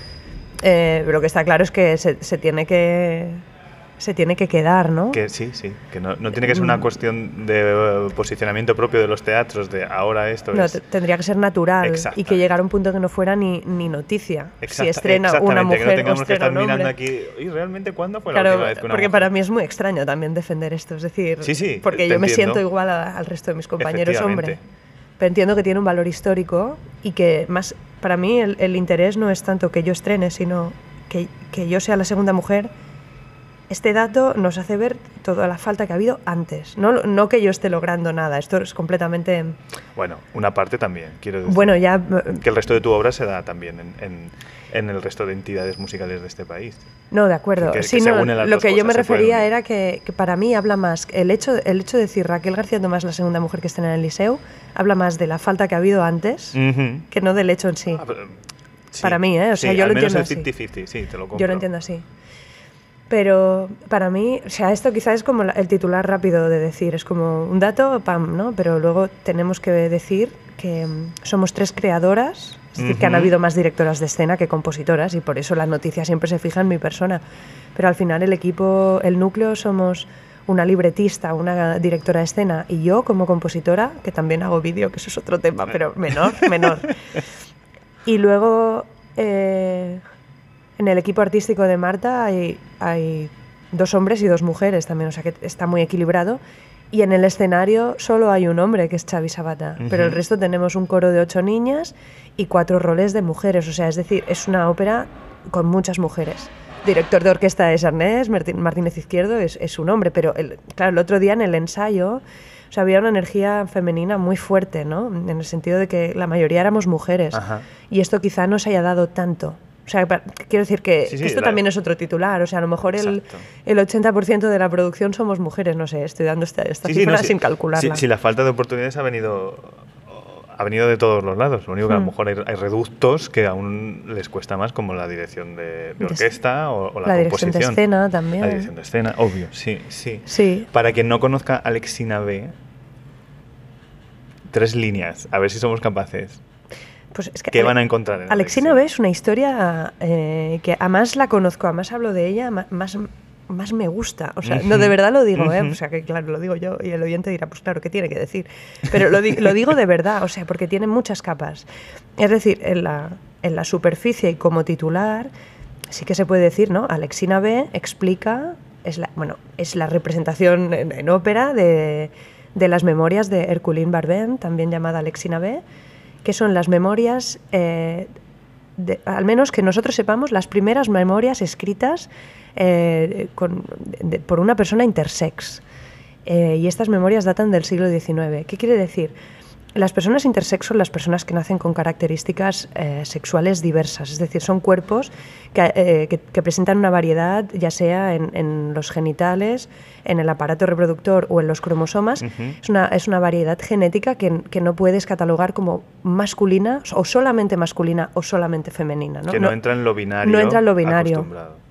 Eh, pero lo que está claro es que se, se tiene que se tiene que quedar, ¿no? Que sí, sí, que no, no tiene que ser Mm. una cuestión de eh, posicionamiento propio de los teatros, de ahora esto No, es... te- tendría que ser natural y Exactamente. que llegara a un punto que no fuera ni, ni noticia. Si Exacta- estrena una exactamente, mujer que no o tengamos que estrena estar un hombre. mirando aquí, ¿y realmente cuándo fue la Claro, última vez que una porque mujer? para mí es muy extraño también defender esto, es decir, Sí, sí, porque te yo me entiendo. siento igual a- al resto de mis compañeros hombre, Efectivamente. pero entiendo que tiene un valor histórico y que más para mí el, el interés no es tanto que yo estrene, sino que, que yo sea la segunda mujer. Este dato nos hace ver toda la falta que ha habido antes, no, no que yo esté logrando nada, esto es completamente... Bueno, una parte también, quiero decir. Bueno, ya... Que el resto de tu obra se da también en, en, en el resto de entidades musicales de este país. No, de acuerdo. Que- que Sí, se no, unen las lo dos que yo cosas, me se pueden refería unir. era que, que para mí habla más, el hecho, el hecho de decir Raquel García Tomás, la segunda mujer que está en el Liceu, habla más de la falta que ha habido antes Ujú. que no del hecho en sí. Ah, pero- sí, Para mí, ¿eh? O sea, sí, yo al lo menos entiendo el así. cincuenta cincuenta, sí, te lo compro. Yo lo entiendo así. Pero para mí, o sea, esto quizás es como la- el titular rápido de decir, es como un dato, pam, ¿no? Pero luego tenemos que decir que mm, somos tres creadoras, es decir, que han Ujú. habido más directoras de escena que compositoras y por eso la noticia siempre se fija en mi persona. Pero al final el equipo, el núcleo, somos una libretista, una directora de escena y yo como compositora, que también hago vídeo, que eso es otro tema, pero menor, menor. Y luego... eh, en el equipo artístico de Marta hay, hay dos hombres y dos mujeres también, o sea que está muy equilibrado. Y en el escenario solo hay un hombre, que es Xavi Sabata, uh-huh. pero el resto tenemos un coro de ocho niñas y cuatro roles de mujeres. O sea, es decir, es una ópera con muchas mujeres. Director de orquesta es Ernest Martínez Izquierdo, es, es un hombre, pero el, claro, el otro día en el ensayo, o sea, había una energía femenina muy fuerte, ¿no? En el sentido de que la mayoría éramos mujeres. Ajá. Y esto quizá no se haya dado tanto. O sea, quiero decir que, sí, sí, que esto la... también es otro titular. O sea, a lo mejor el, el ochenta por ciento de la producción somos mujeres. No sé, estoy dando esta, esta sí, cifra sí, no, sin sí, calcularla. Si sí, la falta de oportunidades ha venido, ha venido de todos los lados. Lo único que mm. a lo mejor hay, hay reductos que aún les cuesta más, como la dirección de, de orquesta o, o la, la composición. La dirección de escena también. La dirección de escena, obvio, sí, sí. sí. Para quien no conozca Alexina B, tres líneas, a ver si somos capaces. Pues es que ¿Qué Ale- van a encontrar en Alexina Alexina? B es una historia eh, que además la conozco, además hablo de ella, más, más me gusta. O sea, uh-huh. no, de verdad lo digo, uh-huh. ¿eh? O sea, que claro, lo digo yo y el oyente dirá, pues claro, ¿qué tiene que decir? Pero lo, di- lo digo de verdad, o sea, porque tiene muchas capas. Es decir, en la, en la superficie y como titular, sí que se puede decir, ¿no? Alexina B explica, es la, bueno, es la representación en, en ópera de, de las memorias de Herculine Barbén, también llamada Alexina B, que son las memorias, eh, de, al menos que nosotros sepamos, las primeras memorias escritas eh, con, de, por una persona intersex. Eh, y estas memorias datan del siglo diecinueve. ¿Qué quiere decir? Las personas intersex son las personas que nacen con características eh, sexuales diversas, es decir, son cuerpos que, eh, que, que presentan una variedad, ya sea en, en los genitales, en el aparato reproductor o en los cromosomas. Uh-huh. Es una, es una variedad genética que, que no puedes catalogar como masculina o solamente masculina o solamente femenina, ¿no? Que no, no entra en lo binario. No entra en lo binario.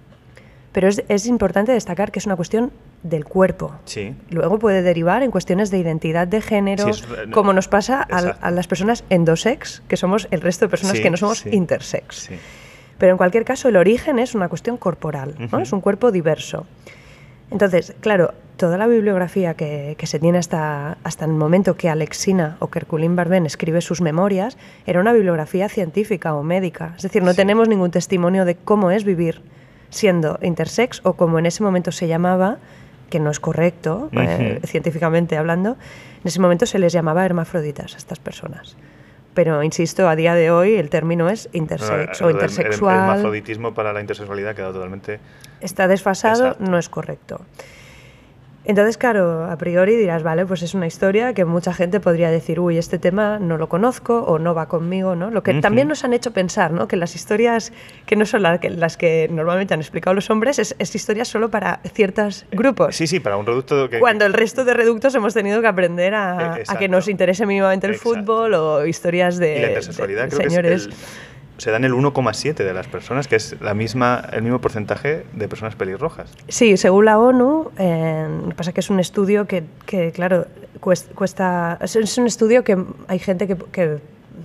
Pero es, es importante destacar que es una cuestión del cuerpo. Sí. Luego puede derivar en cuestiones de identidad de género, sí, es, como nos pasa a, a las personas endosex, que somos el resto de personas sí, que no somos sí. intersex. Sí. Pero en cualquier caso el origen es una cuestión corporal, ¿no? Uh-huh. Es un cuerpo diverso. Entonces, claro, toda la bibliografía que, que se tiene hasta, hasta el momento que Alexina o que Herculine Barbén escribe sus memorias era una bibliografía científica o médica. Es decir, no sí. tenemos ningún testimonio de cómo es vivir siendo intersex o como en ese momento se llamaba, que no es correcto, uh-huh. eh, científicamente hablando, en ese momento se les llamaba hermafroditas a estas personas. Pero, insisto, a día de hoy el término es intersex no, o intersexual. El, el hermafroditismo para la intersexualidad ha quedado totalmente... Está desfasado, exacto. No es correcto. Entonces, claro, a priori dirás, vale, pues es una historia que mucha gente podría decir, uy, este tema no lo conozco o no va conmigo, ¿no? Lo que uh-huh. también nos han hecho pensar, ¿no? Que las historias que no son las que, las que normalmente han explicado los hombres es, es historias solo para ciertos grupos. Sí, sí, para un reducto que... Cuando el resto de reductos hemos tenido que aprender a, a que nos interese mínimamente el exacto. Fútbol o historias de, y la intersexualidad, de, de creo señores... Que es el... se dan el uno coma siete de las personas, que es la misma, el mismo porcentaje de personas pelirrojas. Sí, según la ONU, eh, lo que pasa es que es un estudio que, que claro, cuesta... Es un estudio que hay gente que, que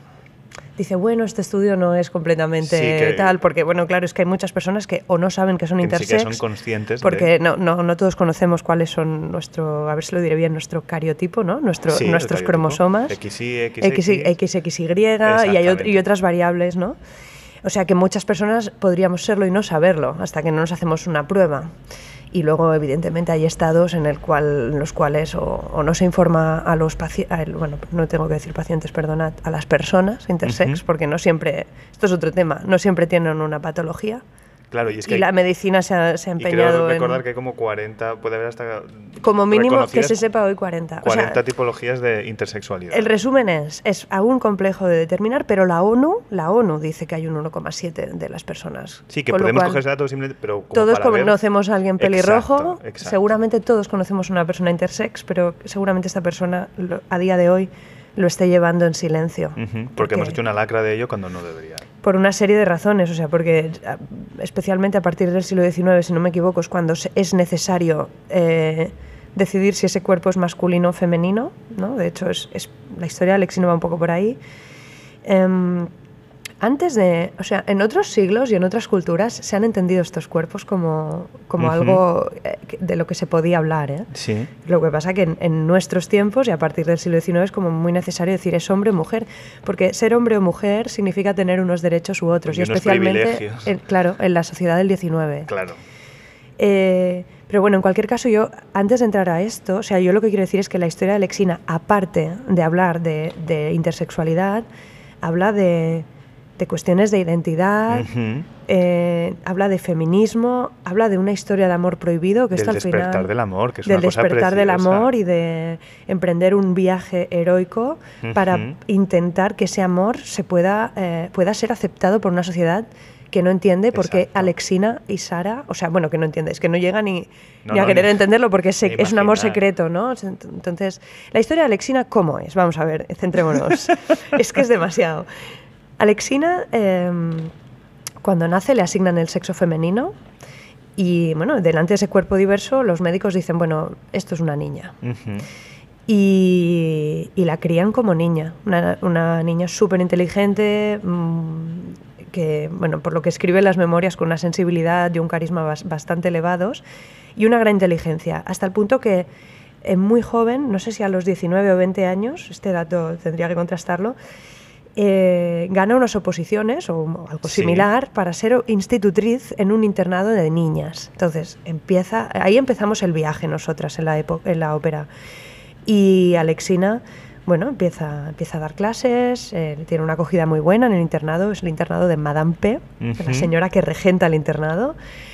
dice, bueno, este estudio no es completamente sí, que, tal, porque, bueno, claro, es que hay muchas personas que o no saben que son que intersex, son conscientes porque de... no, no, no todos conocemos cuáles son nuestro, a ver si lo diré bien, nuestro cariotipo, ¿no? Nuestro, sí, nuestros cromosomas. X Y, X X Y, X X Y y, hay ot- y otras variables, ¿no? O sea que muchas personas podríamos serlo y no saberlo hasta que no nos hacemos una prueba. Y luego, evidentemente, hay estados en, el cual, en los cuales o, o no se informa a los pacientes, bueno, no tengo que decir pacientes, perdonad, a las personas intersex, uh-huh. porque no siempre, esto es otro tema, no siempre tienen una patología. Claro, y es que y la medicina se ha, se ha empeñado y creo recordar en... que hay como cuarenta, puede haber hasta... Como mínimo que se sepa hoy cuarenta. cuarenta o sea, tipologías de intersexualidad. El resumen es, es aún complejo de determinar, pero la ONU, la ONU dice que hay un uno coma siete de las personas. Sí, que podemos coger ese dato simplemente, pero como todos para conocemos ver... a alguien pelirrojo, exacto, exacto. Seguramente todos conocemos a una persona intersex, pero seguramente esta persona lo, a día de hoy lo esté llevando en silencio. Uh-huh, porque, porque hemos hecho una lacra de ello cuando no debería. Por una serie de razones, o sea, porque especialmente a partir del siglo diecinueve, si no me equivoco, es cuando es necesario eh, decidir si ese cuerpo es masculino o femenino, ¿no? De hecho, es, es la historia de Alexina va un poco por ahí. Eh, Antes de, o sea, en otros siglos y en otras culturas se han entendido estos cuerpos como, como uh-huh. algo de lo que se podía hablar, ¿eh? Sí. Lo que pasa que en, en nuestros tiempos y a partir del siglo diecinueve es como muy necesario decir es hombre o mujer, porque ser hombre o mujer significa tener unos derechos u otros, y, y especialmente, en, claro, en la sociedad del diecinueve. Claro. Eh, Pero bueno, en cualquier caso, yo, antes de entrar a esto, o sea, yo lo que quiero decir es que la historia de Alexina, aparte de hablar de, de intersexualidad, habla de, de cuestiones de identidad, uh-huh. eh, habla de feminismo, habla de una historia de amor prohibido, que del esto al final... Del despertar del amor, que es del una cosa despertar preciosa. del amor y de emprender un viaje heroico uh-huh. para intentar que ese amor se pueda, eh, pueda ser aceptado por una sociedad que no entiende por qué Alexina y Sara, o sea, bueno, que no entiende, es que no llega ni, no, ni a no, querer ni, entenderlo porque es, es un amor secreto, ¿no? Entonces, la historia de Alexina, ¿cómo es? Vamos a ver, centrémonos. Es que es demasiado. Alexina, eh, cuando nace, le asignan el sexo femenino y, bueno, delante de ese cuerpo diverso, los médicos dicen, bueno, esto es una niña. Uh-huh. Y, y la crían como niña, una, una niña súper inteligente, mmm, que, bueno, por lo que escribe en las memorias, con una sensibilidad y un carisma bas- bastante elevados y una gran inteligencia, hasta el punto que es muy joven, no sé si a los diecinueve o veinte años, este dato tendría que contrastarlo, eh, gana unas oposiciones o algo sí. similar para ser institutriz en un internado de niñas. Entonces, empieza, ahí empezamos el viaje nosotras en la, epo- en la ópera. Y Alexina... Bueno, empieza, empieza a dar clases, eh, tiene una acogida muy buena en el internado, es el internado de Madame P, uh-huh. la señora que regenta el internado,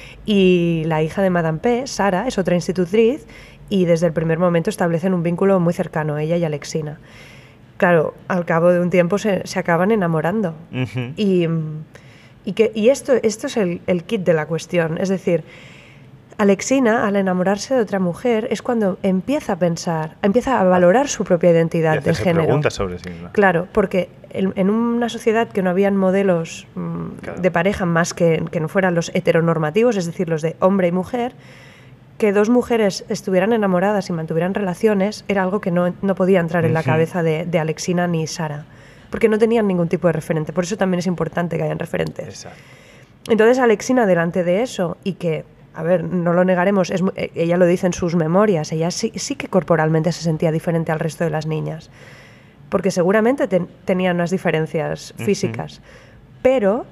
y la hija de Madame P, Sara, es otra institutriz, y desde el primer momento establecen un vínculo muy cercano, ella y Alexina. Claro, al cabo de un tiempo se, se acaban enamorando. Uh-huh. Y, y, que, y esto, esto es el, el kit de la cuestión, es decir... Alexina, al enamorarse de otra mujer, es cuando empieza a pensar, empieza a valorar su propia identidad de género. Preguntas sobre sí misma. Claro, porque en, en una sociedad que no habían modelos mmm, claro. de pareja más que, que no fueran los heteronormativos, es decir, los de hombre y mujer, que dos mujeres estuvieran enamoradas y mantuvieran relaciones era algo que no, no podía entrar uh-huh. en la cabeza de, de Alexina ni Sara, porque no tenían ningún tipo de referente. Por eso también es importante que hayan referentes. Exacto. Entonces Alexina, delante de eso, y que... A ver, no lo negaremos, es, ella lo dice en sus memorias, ella sí, sí que corporalmente se sentía diferente al resto de las niñas, porque seguramente ten, tenía unas diferencias físicas, uh-huh. pero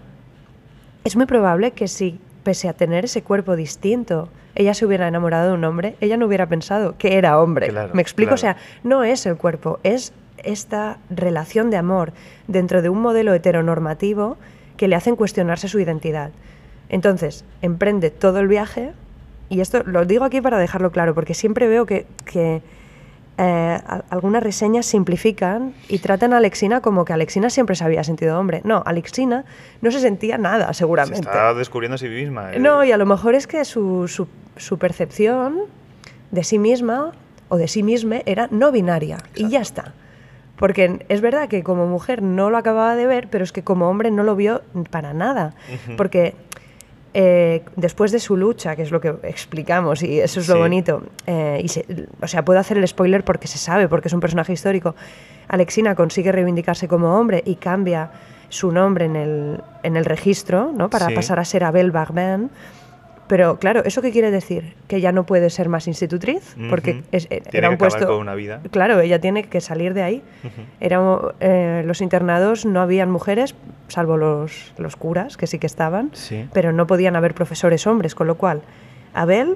es muy probable que si, pese a tener ese cuerpo distinto, ella se hubiera enamorado de un hombre, ella no hubiera pensado que era hombre. Claro, ¿Me explico? Claro. O sea, no es el cuerpo, es esta relación de amor dentro de un modelo heteronormativo que le hacen cuestionarse su identidad. Entonces, emprende todo el viaje, y esto lo digo aquí para dejarlo claro, porque siempre veo que, que eh, algunas reseñas simplifican y tratan a Alexina como que Alexina siempre se había sentido hombre. No, Alexina no se sentía nada, seguramente. Se estaba descubriendo a sí misma. ¿eh? No, y a lo mejor es que su, su, su percepción de sí misma o de sí misma era no binaria. Exacto. Y ya está. Porque es verdad que como mujer no lo acababa de ver, pero es que como hombre no lo vio para nada. Uh-huh. Porque eh, después de su lucha, que es lo que explicamos, y eso es sí. lo bonito, eh, y se, o sea, puedo hacer el spoiler porque se sabe, porque es un personaje histórico, Alexina consigue reivindicarse como hombre y cambia su nombre en el, en el registro, ¿no? Para sí. pasar a ser Abel Barbin. Pero claro, ¿eso qué quiere decir? Que ya no puede ser más institutriz, uh-huh. porque es, tiene era un que acabar puesto. Con una vida. Claro, ella tiene que salir de ahí. Uh-huh. Era, eh, los internados no habían mujeres, salvo los, los curas, que sí que estaban, sí. pero no podían haber profesores hombres, con lo cual Abel,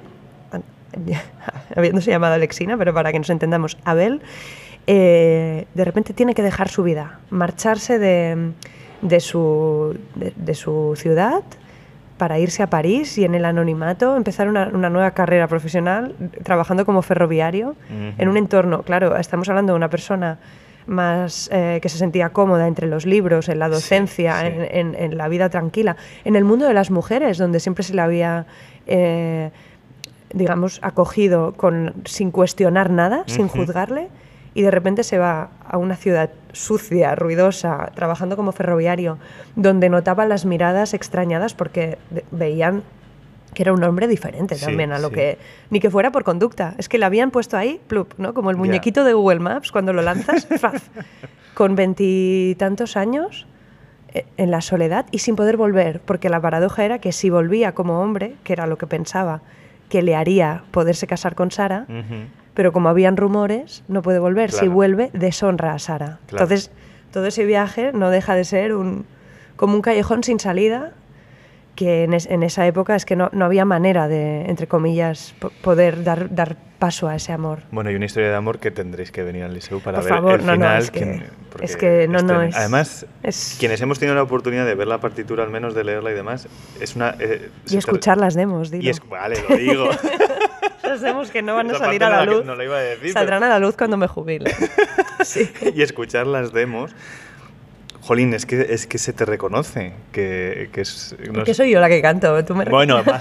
habiéndose llamado Alexina, pero para que nos entendamos, Abel, eh, de repente tiene que dejar su vida, marcharse de, de, su, de, de su ciudad, para irse a París y en el anonimato empezar una, una nueva carrera profesional trabajando como ferroviario uh-huh. en un entorno, claro, estamos hablando de una persona más eh, que se sentía cómoda entre los libros, en la docencia, sí, sí. En, en, en la vida tranquila, en el mundo de las mujeres, donde siempre se le había, eh, digamos, acogido con, sin cuestionar nada, uh-huh. sin juzgarle, y de repente se va a una ciudad sucia, ruidosa, trabajando como ferroviario, donde notaba las miradas extrañadas porque veían que era un hombre diferente sí, también a lo sí. que... Ni que fuera por conducta. Es que le habían puesto ahí, plup, ¿no? Como el muñequito yeah. de Google Maps, cuando lo lanzas, ¡faz! Con veintitantos años, en la soledad y sin poder volver, porque la paradoja era que si volvía como hombre, que era lo que pensaba, que le haría poderse casar con Sara... Uh-huh. Pero como habían rumores, no puede volver. Claro. Si vuelve, deshonra a Sara. Claro. Entonces, todo ese viaje no deja de ser un, como un callejón sin salida que en, es, en esa época es que no, no había manera de, entre comillas, po poder dar, dar paso a ese amor. Bueno, y una historia de amor que tendréis que venir al Liceu para Por ver favor, el no, final. no, es que, que, es que no, este, no, es... Además, es... quienes hemos tenido la oportunidad de ver la partitura, al menos de leerla y demás, es una... Eh, y escuchar las demos, dilo. Y es, vale, lo digo. Los demos que no van a Esa salir a la no luz. No lo iba a decir, saldrán pero... a la luz cuando me jubile. Sí. Y escuchar las demos... Jolín, es que, es que se te reconoce que, que es... No que soy yo la que canto, tú me Bueno, más.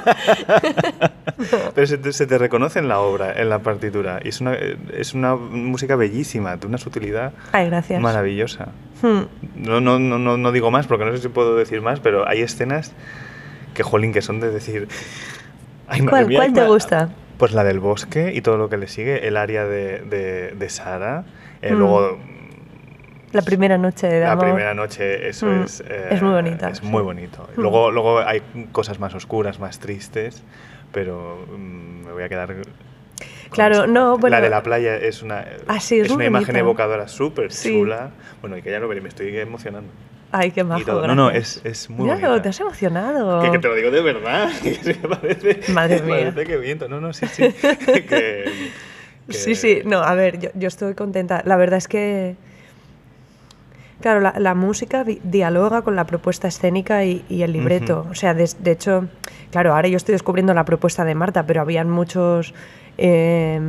Pero se te, se te reconoce en la obra, en la partitura. Y es una, es una música bellísima, de una sutilidad Ay, gracias. maravillosa. Hmm. No, no, no, no digo más porque no sé si puedo decir más, pero hay escenas que, jolín, que son de decir... Ay, ¿Cuál, mía, ¿cuál te gusta? Pues la del bosque y todo lo que le sigue, el área de, de, de Sara, eh, Hmm. luego... La primera noche de La amor. primera noche, eso mm, es... Eh, es muy bonita. Es sí. muy bonito. Mm. Luego, luego hay cosas más oscuras, más tristes, pero mm, me voy a quedar... Claro, no, bueno... La de la playa es una, ah, sí, es es una muy imagen bonita. evocadora súper Sí. chula. Bueno, y que ya lo veré, me estoy emocionando. Ay, qué Y majo, todo. No, no, es, es muy Mira, bonita. te has emocionado. Que, que te lo digo de verdad. Que me parece, Madre mía. Parece que miento. No, no, sí, sí. que, que... Sí, sí. No, a ver, yo, yo estoy contenta. La verdad es que... Claro, la, la música di dialoga con la propuesta escénica y, y el libreto. Uh-huh. O sea, de, de hecho, claro, ahora yo estoy descubriendo la propuesta de Marta, pero habían muchos... Eh,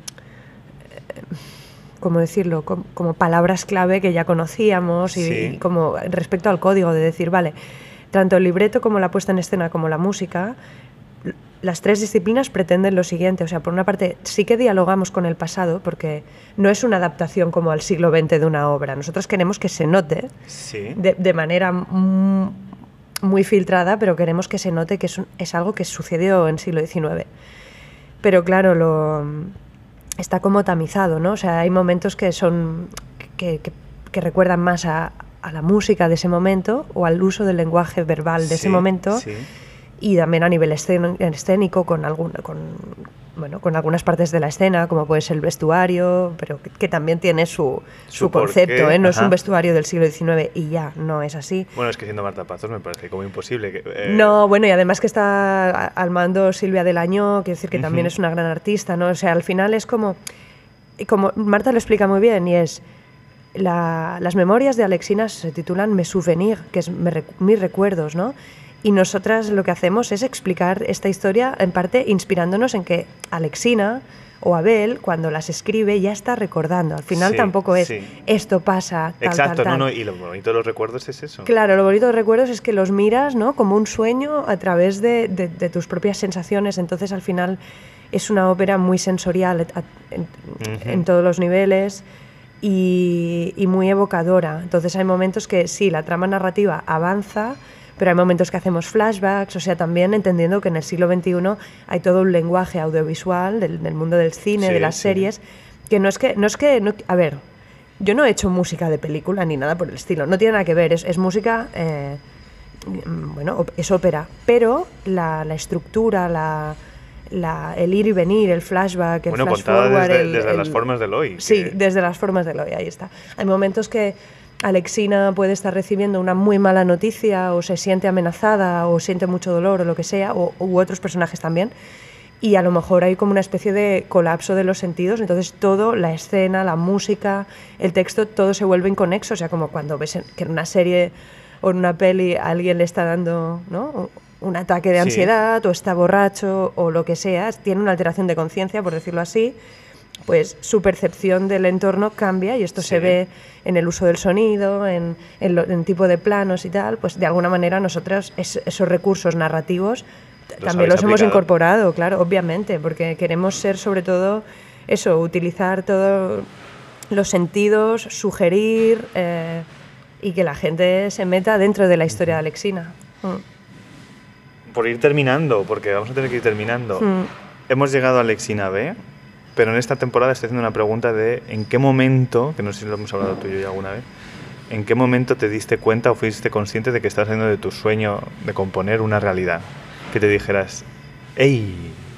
¿cómo decirlo? Como, como palabras clave que ya conocíamos y, sí. y como respecto al código de decir, vale, tanto el libreto como la puesta en escena como la música, las tres disciplinas pretenden lo siguiente. O sea, por una parte sí que dialogamos con el pasado porque no es una adaptación como al siglo veinte de una obra. Nosotros queremos que se note sí. de, de manera mm, muy filtrada, pero queremos que se note que es, un, es algo que sucedió en siglo diecinueve. Pero claro, lo... está como tamizado, ¿no? O sea, hay momentos que son que, que, que recuerdan más a, a la música de ese momento o al uso del lenguaje verbal de sí, ese momento sí. y también a nivel escénico con, algún, con, bueno, con algunas partes de la escena, como puede ser el vestuario, pero que, que también tiene su, su, ¿Su concepto, ¿eh? No Ajá. es un vestuario del siglo diecinueve y ya, no es así. Bueno, es que siendo Marta Pazos me parece como imposible. Que, eh... No, bueno, y además que está al mando Silvia del Año, quiero decir que uh-huh. también es una gran artista, ¿no? O sea, al final es como, como Marta lo explica muy bien, y es, la, las memorias de Alexina se titulan Mes souvenirs, que es me, mis recuerdos, ¿no? Y nosotras lo que hacemos es explicar esta historia, en parte inspirándonos en que Alexina o Abel, cuando las escribe, ya está recordando. Al final sí, tampoco es sí. esto pasa, tal, Exacto, tal, tal. No, no, y lo bonito de los recuerdos es eso. Claro, lo bonito de los recuerdos es que los miras, ¿no? Como un sueño a través de, de, de tus propias sensaciones. Entonces, al final, es una ópera muy sensorial en, uh-huh. en todos los niveles y, y muy evocadora. Entonces, hay momentos que sí, la trama narrativa avanza, pero hay momentos que hacemos flashbacks, o sea, también entendiendo que en el siglo veintiuno hay todo un lenguaje audiovisual del, del mundo del cine, sí, de las sí. series, que no es que... No es que no, a ver, yo no he hecho música de película ni nada por el estilo, no tiene nada que ver, es, es música, eh, bueno, es ópera, pero la, la estructura, la, la, el ir y venir, el flashback, el bueno, flash contada forward... desde, el, desde el, las formas del hoy. Sí, que... desde las formas del hoy, ahí está. Hay momentos que Alexina puede estar recibiendo una muy mala noticia o se siente amenazada o siente mucho dolor o lo que sea, o, u otros personajes también, y a lo mejor hay como una especie de colapso de los sentidos, entonces todo, la escena, la música, el texto, todo se vuelve inconexo, o sea, como cuando ves que en una serie o en una peli a alguien le está dando, ¿no?, un ataque de ansiedad sí. o está borracho o lo que sea, tiene una alteración de conciencia, por decirlo así, pues su percepción del entorno cambia y esto sí. se ve en el uso del sonido, en el tipo de planos y tal, pues de alguna manera nosotros es, esos recursos narrativos los también los aplicado. hemos incorporado, claro, obviamente, porque queremos ser sobre todo eso, utilizar todos los sentidos, sugerir eh, y que la gente se meta dentro de la historia uh-huh. de Alexina. Mm. Por ir terminando, porque vamos a tener que ir terminando, mm. hemos llegado a Alexina B. Pero en esta temporada estoy haciendo una pregunta de en qué momento, que no sé si lo hemos hablado tú y yo ya alguna vez, en qué momento te diste cuenta o fuiste consciente de que estabas haciendo de tu sueño de componer una realidad. Que te dijeras, ¡ey!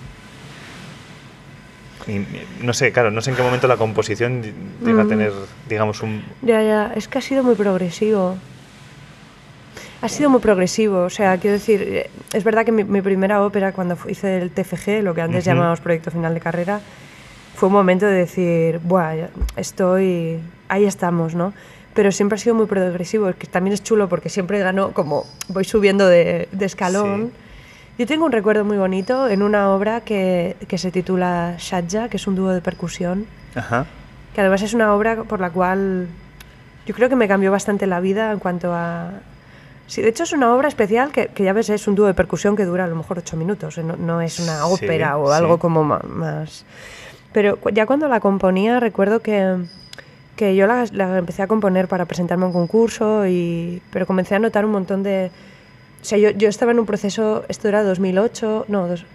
Y, no sé, claro, no sé en qué momento la composición llega mm. a tener, digamos, un... Ya, ya, es que ha sido muy progresivo. Ha sido muy progresivo, o sea, quiero decir, es verdad que mi, mi primera ópera, cuando hice el T F G, lo que antes uh-huh. llamábamos proyecto final de carrera, fue un momento de decir, buah, estoy, ahí estamos, ¿no? Pero siempre ha sido muy progresivo, que también es chulo porque siempre gano, como voy subiendo de, de escalón. Sí. Yo tengo un recuerdo muy bonito en una obra que, que se titula Shadja, que es un dúo de percusión, uh-huh. que además es una obra por la cual yo creo que me cambió bastante la vida en cuanto a... Sí, de hecho es una obra especial que, que ya ves, es un dúo de percusión que dura a lo mejor ocho minutos, no, no es una ópera sí, o algo sí. como más... Pero ya cuando la componía recuerdo que, que yo la, la empecé a componer para presentarme a un concurso, y, pero comencé a notar un montón de... O sea, yo, yo estaba en un proceso, esto era dos mil ocho, no, dos,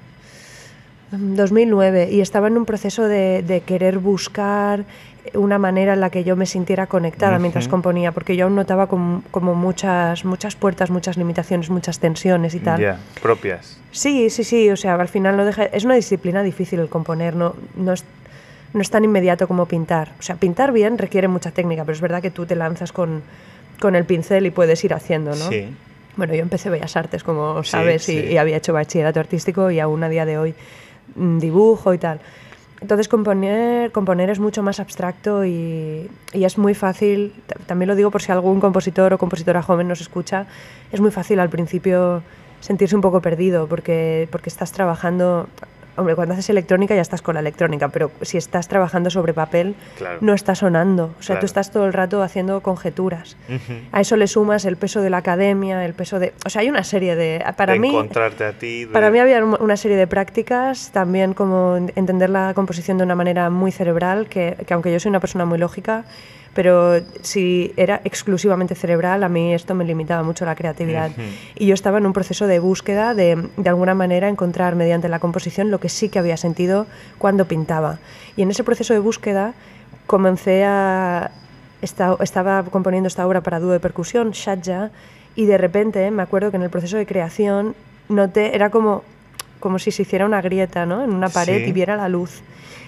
dos mil nueve, y estaba en un proceso de, de querer buscar una manera en la que yo me sintiera conectada uh-huh. mientras componía, porque yo aún notaba como, como muchas, muchas puertas, muchas limitaciones, muchas tensiones y tal. Ya, yeah, propias. Sí, sí, sí, o sea, al final no deja, es una disciplina difícil el componer, no, no, es, no es tan inmediato como pintar. O sea, pintar bien requiere mucha técnica, pero es verdad que tú te lanzas con, con el pincel y puedes ir haciendo, ¿no? Sí. Bueno, yo empecé Bellas Artes, como sabes, sí, y, sí. y había hecho bachillerato artístico y aún a día de hoy mmm, dibujo y tal. Entonces componer, componer es mucho más abstracto y, y es muy fácil, también lo digo por si algún compositor o compositora joven nos escucha, es muy fácil al principio sentirse un poco perdido porque, porque estás trabajando... Hombre, cuando haces electrónica ya estás con la electrónica, pero si estás trabajando sobre papel, claro. no está sonando. O sea, claro. tú estás todo el rato haciendo conjeturas. Uh-huh. A eso le sumas el peso de la academia, el peso de... O sea, hay una serie de... Para de mí, encontrarte a ti. De... Para mí había una serie de prácticas, también como entender la composición de una manera muy cerebral, que, que aunque yo soy una persona muy lógica, pero si era exclusivamente cerebral, a mí esto me limitaba mucho la creatividad. Uh-huh. Y yo estaba en un proceso de búsqueda de, de alguna manera, encontrar mediante la composición lo que sí que había sentido cuando pintaba. Y en ese proceso de búsqueda comencé a... Esta, estaba componiendo esta obra para dúo de percusión, Shadja, y de repente me acuerdo que en el proceso de creación noté, era como, como si se hiciera una grieta, ¿no?, en una pared, sí. y viera la luz.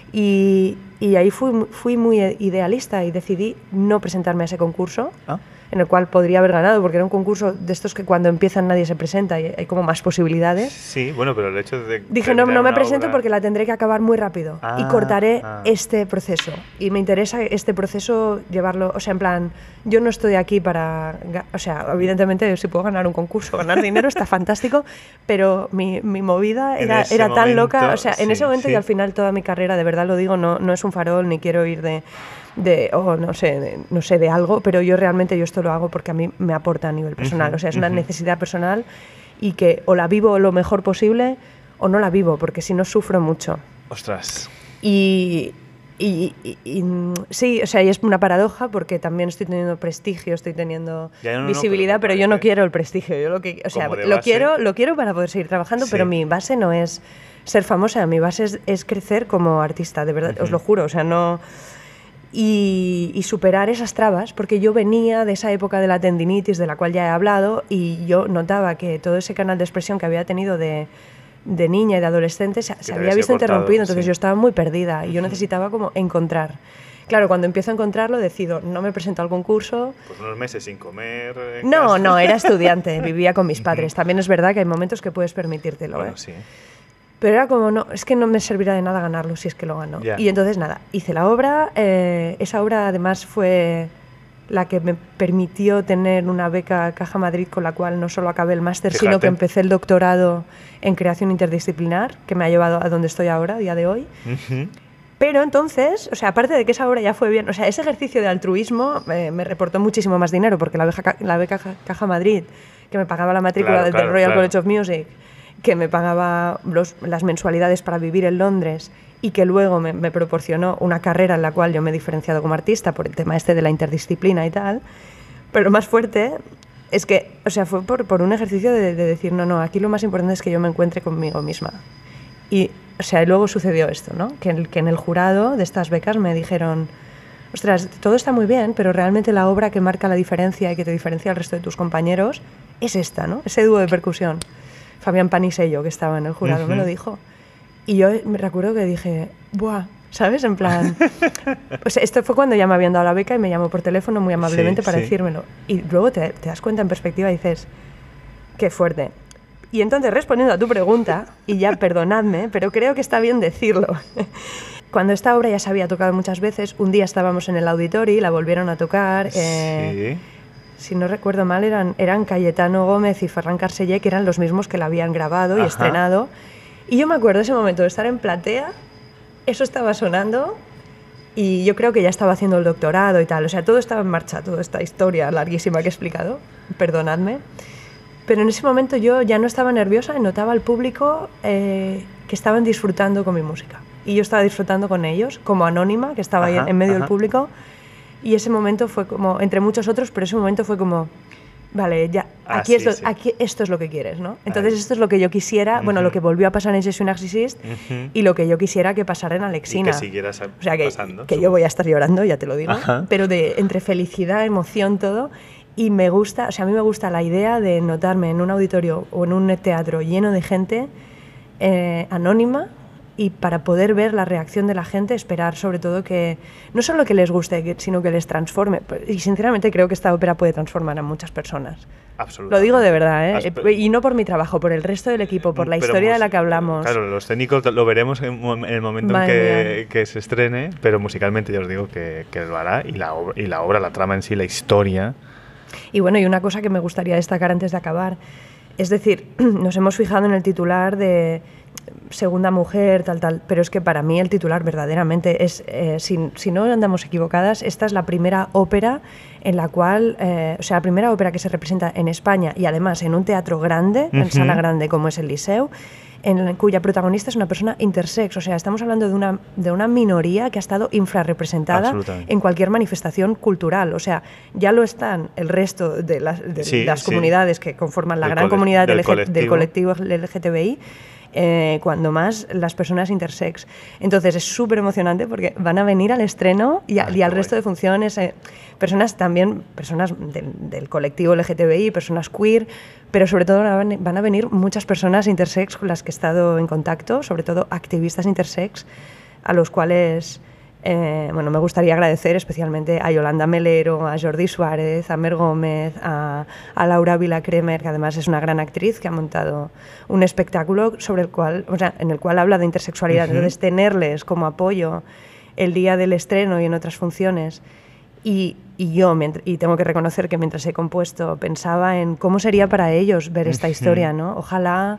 Y, y ahí fui, fui muy idealista y decidí no presentarme a ese concurso, ¿ah? En el cual podría haber ganado, porque era un concurso de estos que cuando empiezan nadie se presenta y hay como más posibilidades. Sí, bueno, pero el hecho de... Dije, no, no me presento obra... porque la tendré que acabar muy rápido ah, y cortaré ah. este proceso. Y me interesa este proceso llevarlo, o sea, en plan, yo no estoy aquí para... O sea, evidentemente si puedo ganar un concurso, ganar dinero está fantástico, pero mi, mi movida era, era momento, tan loca, o sea, en sí, ese momento sí. y al final toda mi carrera, de verdad lo digo, no, no es un farol, ni quiero ir de... de oh, no sé, de, no sé, de algo, pero yo realmente yo esto lo hago porque a mí me aporta a nivel personal, uh-huh, o sea, es una uh-huh. necesidad personal y que o la vivo lo mejor posible o no la vivo, porque si no sufro mucho. Ostras. Y, y, y, y sí, o sea, y es una paradoja porque también estoy teniendo prestigio, estoy teniendo no, no, visibilidad, no, pero, pero yo no quiero el prestigio, yo lo que, o sea, lo quiero, lo quiero para poder seguir trabajando, sí. pero mi base no es ser famosa, mi base es, es crecer como artista, de verdad, uh-huh. os lo juro, o sea, no... Y, y superar esas trabas, porque yo venía de esa época de la tendinitis de la cual ya he hablado y yo notaba que todo ese canal de expresión que había tenido de, de niña y de adolescente se, se había visto cortado, interrumpido, entonces sí. yo estaba muy perdida y yo necesitaba como encontrar. Claro, cuando empiezo a encontrarlo decido, no me presento al concurso. Pues unos meses sin comer en No, casa. no, era estudiante, vivía con mis padres. También es verdad que hay momentos que puedes permitírtelo. Bueno, ¿eh? sí. Pero era como, no, es que no me servirá de nada ganarlo si es que lo gano. Yeah. Y entonces, nada, hice la obra. Eh, esa obra, además, fue la que me permitió tener una beca Caja Madrid, con la cual no solo acabé el máster, Fíjate. sino que empecé el doctorado en creación interdisciplinar, que me ha llevado a donde estoy ahora, a día de hoy. Uh-huh. Pero entonces, o sea, aparte de que esa obra ya fue bien, o sea, ese ejercicio de altruismo eh, me reportó muchísimo más dinero, porque la beca, la beca Caja Madrid, que me pagaba la matrícula claro, del claro, Royal claro. College of Music, que me pagaba los, las mensualidades para vivir en Londres y que luego me, me proporcionó una carrera en la cual yo me he diferenciado como artista por el tema este de la interdisciplina y tal. Pero lo más fuerte es que, o sea, fue por, por un ejercicio de, de decir, no, no, aquí lo más importante es que yo me encuentre conmigo misma. Y, o sea, luego sucedió esto, ¿no? Que, el, que en el jurado de estas becas me dijeron, ostras, todo está muy bien, pero realmente la obra que marca la diferencia y que te diferencia del resto de tus compañeros es esta, ¿no? Ese dúo de percusión. Fabián Panisello, que estaba en el jurado, uh-huh. me lo dijo. Y yo me recuerdo que dije, ¡buah! ¿sabes? En plan... O sea, esto fue cuando ya me habían dado la beca y me llamó por teléfono muy amablemente sí, para sí. decírmelo. Y luego te, te das cuenta en perspectiva y dices, qué fuerte. Y entonces, respondiendo a tu pregunta, y ya perdonadme, pero creo que está bien decirlo. Cuando esta obra ya se había tocado muchas veces, un día estábamos en el Auditori, la volvieron a tocar... Eh, sí. Si no recuerdo mal, eran, eran Cayetano Gómez y Ferran Carceller, que eran los mismos que la habían grabado y Ajá. estrenado. Y yo me acuerdo de ese momento de estar en platea, eso estaba sonando y yo creo que ya estaba haciendo el doctorado y tal. O sea, todo estaba en marcha, toda esta historia larguísima que he explicado, perdonadme. Pero en ese momento yo ya no estaba nerviosa y notaba al público eh, que estaban disfrutando con mi música. Y yo estaba disfrutando con ellos, como anónima, que estaba Ajá, ahí en medio Ajá. del público. Y ese momento fue como, entre muchos otros, pero ese momento fue como, vale, ya, aquí, ah, sí, es, lo, sí. aquí esto es lo que quieres, ¿no? Entonces Ahí. esto es lo que yo quisiera, uh-huh. bueno, lo que volvió a pasar en Session Narcissist uh-huh. y lo que yo quisiera que pasara en Alexina. Y que siguiera o sea, que, pasando. Que yo voy a estar llorando, ya te lo digo, Ajá. pero de entre felicidad, emoción, todo. Y me gusta, o sea, a mí me gusta la idea de notarme en un auditorio o en un teatro lleno de gente eh, anónima, y para poder ver la reacción de la gente, esperar sobre todo que no solo que les guste, sino que les transforme. Y sinceramente creo que esta ópera puede transformar a muchas personas. Absolutamente. Lo digo de verdad, ¿eh? Aspe- y no por mi trabajo, por el resto del equipo, por la pero historia de la que hablamos. Claro, los técnicos lo veremos en, en el momento en que, que se estrene, pero musicalmente ya os digo que, que lo hará, y la, obra, y la obra, la trama en sí, la historia. Y bueno, y una cosa que me gustaría destacar antes de acabar, es decir, nos hemos fijado en el titular de segunda mujer, tal, tal, pero es que para mí el titular verdaderamente es, eh, si, si no andamos equivocadas, esta es la primera ópera en la cual, eh, o sea, la primera ópera que se representa en España y además en un teatro grande, uh-huh. en sala grande como es el Liceu, en cuya protagonista es una persona intersex, o sea, estamos hablando de una, de una minoría que ha estado infrarrepresentada en cualquier manifestación cultural, o sea, ya lo están el resto de las, de sí, las sí. comunidades que conforman la el gran comunidad del, del, colectivo. del colectivo L G T B I, Eh, cuando más las personas intersex. Entonces es súper emocionante porque van a venir al estreno y, a, ah, y al resto de funciones, eh, personas también, personas del, del colectivo L G T B I, personas queer, pero sobre todo van, van a venir muchas personas intersex con las que he estado en contacto, sobre todo activistas intersex, a los cuales eh, bueno, me gustaría agradecer especialmente a Yolanda Melero, a Jordi Suárez, a Mer Gómez, a, a Laura Vila-Cremer, que además es una gran actriz que ha montado un espectáculo sobre el cual, o sea, en el cual habla de intersexualidad. Uh-huh. Entonces, tenerles como apoyo el día del estreno y en otras funciones. Y, y yo, y tengo que reconocer que mientras he compuesto, pensaba en cómo sería para ellos ver esta uh-huh. historia, ¿no? Ojalá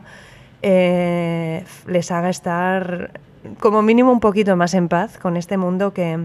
eh, les haga estar como mínimo un poquito más en paz con este mundo que,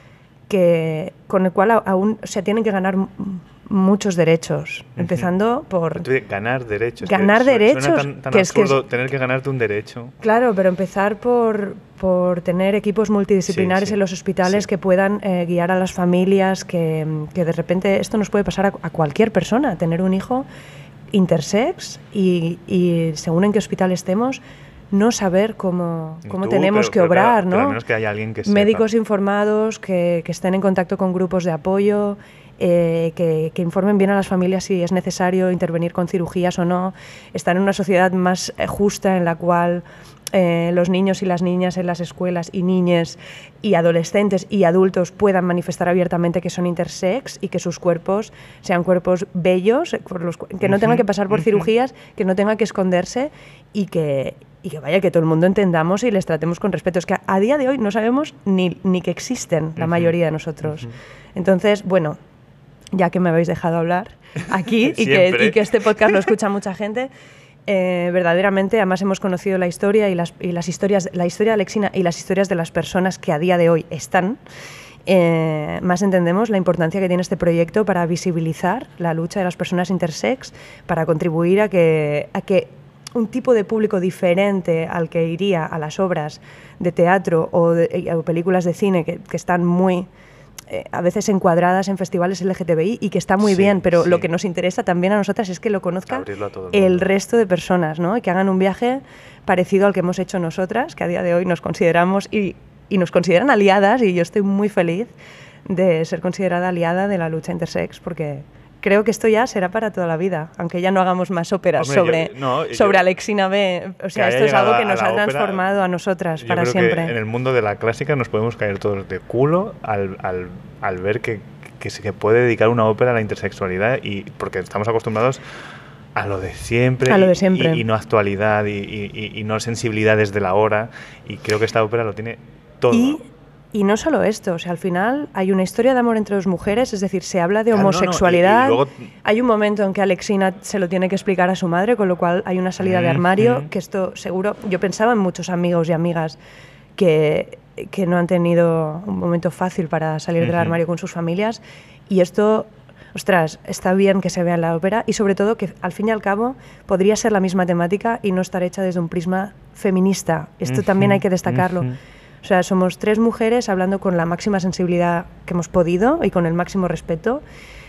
que con el cual aún se o sea, tienen que ganar muchos derechos, uh-huh. empezando por... Ganar derechos. Ganar que derechos. Suena tan, tan que absurdo es que es, tener que ganarte un derecho. Claro, pero empezar por, por tener equipos multidisciplinares sí, sí, en los hospitales sí. que puedan eh, guiar a las familias, que, que de repente esto nos puede pasar a, a cualquier persona, tener un hijo intersex y, y según en qué hospital estemos, no saber cómo, cómo Tú, tenemos pero, que pero, obrar, pero, ¿no? Pero al menos que haya alguien que sepa. Médicos informados, que, que estén en contacto con grupos de apoyo, eh, que, que informen bien a las familias si es necesario intervenir con cirugías o no. Estar en una sociedad más justa en la cual eh, los niños y las niñas en las escuelas y niñas y adolescentes y adultos puedan manifestar abiertamente que son intersex y que sus cuerpos sean cuerpos bellos, por los, que no tengan que pasar por cirugías, que no tengan que esconderse y que... y que vaya, que todo el mundo entendamos y les tratemos con respeto. Es que a, a día de hoy no sabemos ni, ni que existen la uh-huh. mayoría de nosotros. Uh-huh. Entonces, bueno, ya que me habéis dejado hablar aquí y, que, y que este podcast lo escucha mucha gente, eh, verdaderamente, además hemos conocido la historia y las, y las historias, la historia de Alexina y las historias de las personas que a día de hoy están, eh, más entendemos la importancia que tiene este proyecto para visibilizar la lucha de las personas intersex, para contribuir a que... A que un tipo de público diferente al que iría a las obras de teatro o, de, o películas de cine que, que están muy, eh, a veces encuadradas en festivales L G T B I y que está muy sí, bien, pero sí. lo que nos interesa también a nosotras es que lo conozcan el, el resto de personas, ¿no? Y que hagan un viaje parecido al que hemos hecho nosotras, que a día de hoy nos consideramos y, y nos consideran aliadas, y yo estoy muy feliz de ser considerada aliada de la lucha intersex, porque creo que esto ya será para toda la vida, aunque ya no hagamos más óperas Hombre, sobre, yo, no, sobre yo, Alexina B. O sea, que esto es algo que a nos ha ópera, transformado a nosotras yo para creo siempre. Que en el mundo de la clásica nos podemos caer todos de culo al, al, al ver que, que se puede dedicar una ópera a la intersexualidad, y porque estamos acostumbrados a lo de siempre, a lo de siempre. Y, y no actualidad y, y, y no sensibilidades de la hora, y creo que esta ópera lo tiene todo. Y, Y no solo esto, o sea, al final hay una historia de amor entre dos mujeres, es decir, se habla de Claro, homosexualidad, no, no, y- y luego- hay un momento en que Alexina se lo tiene que explicar a su madre, con lo cual hay una salida de Mm, armario, mm. que esto seguro, yo pensaba en muchos amigos y amigas que, que no han tenido un momento fácil para salir del Ujú. armario con sus familias, y esto, ostras, está bien que se vea en la ópera, y sobre todo que al fin y al cabo podría ser la misma temática y no estar hecha desde un prisma feminista, esto también Ujú, hay que destacarlo. ujú. O sea, somos tres mujeres hablando con la máxima sensibilidad que hemos podido y con el máximo respeto.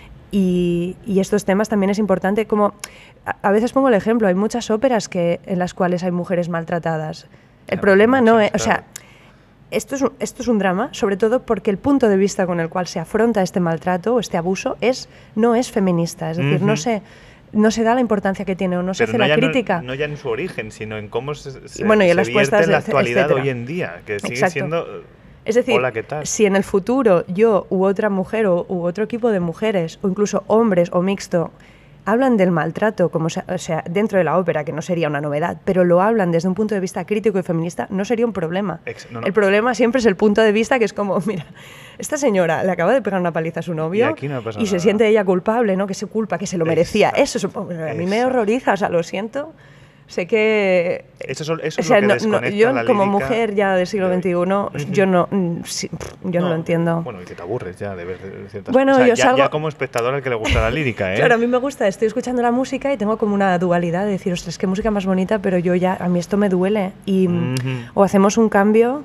Y, y estos temas también es importante. Como a, a veces pongo el ejemplo, hay muchas óperas que, en las cuales hay mujeres maltratadas. El Claro, problema no muchas, es... O sea, claro. esto es, un, esto es un drama, sobre todo porque el punto de vista con el cual se afronta este maltrato o este abuso es, no es feminista. Es decir, no Ujú. se... No se da la importancia que tiene o no se Pero hace no la ya, crítica. No, no ya en su origen, sino en cómo se, se, Y bueno, y en se las vierte puestas en la de- actualidad etcétera. hoy en día, que sigue Exacto. siendo... Es decir, Hola, ¿qué tal? si en el futuro yo u otra mujer o u otro equipo de mujeres, o incluso hombres o mixto, hablan del maltrato, como se- o sea, dentro de la ópera, que no sería una novedad, pero lo hablan desde un punto de vista crítico y feminista, no sería un problema. Ex- no, no. El problema siempre es el punto de vista que es como, mira, esta señora le acaba de pegar una paliza a su novio Y aquí no ha pasado y se nada. siente ella culpable, ¿no? Que se culpa, que se lo merecía. Exacto. Eso es un- a mí me Exacto. horroriza, o sea, lo siento. Sé que... Eso, es- eso O es sea, lo que no- no, desconecta yo la como lírica mujer ya del siglo de hoy. veintiuno, Ujú. yo no, mm, sí, pff, yo no, lo entiendo. Bueno, y que te aburres ya de ver ciertas Bueno, cosas. O sea, yo ya, salgo- ya como espectador al que le gusta la lírica, ¿eh? Claro, a mí me gusta, estoy escuchando la música y tengo como una dualidad de decir, ostras, qué música más bonita, pero yo ya, a mí esto me duele. Y mm, Ujú. o hacemos un cambio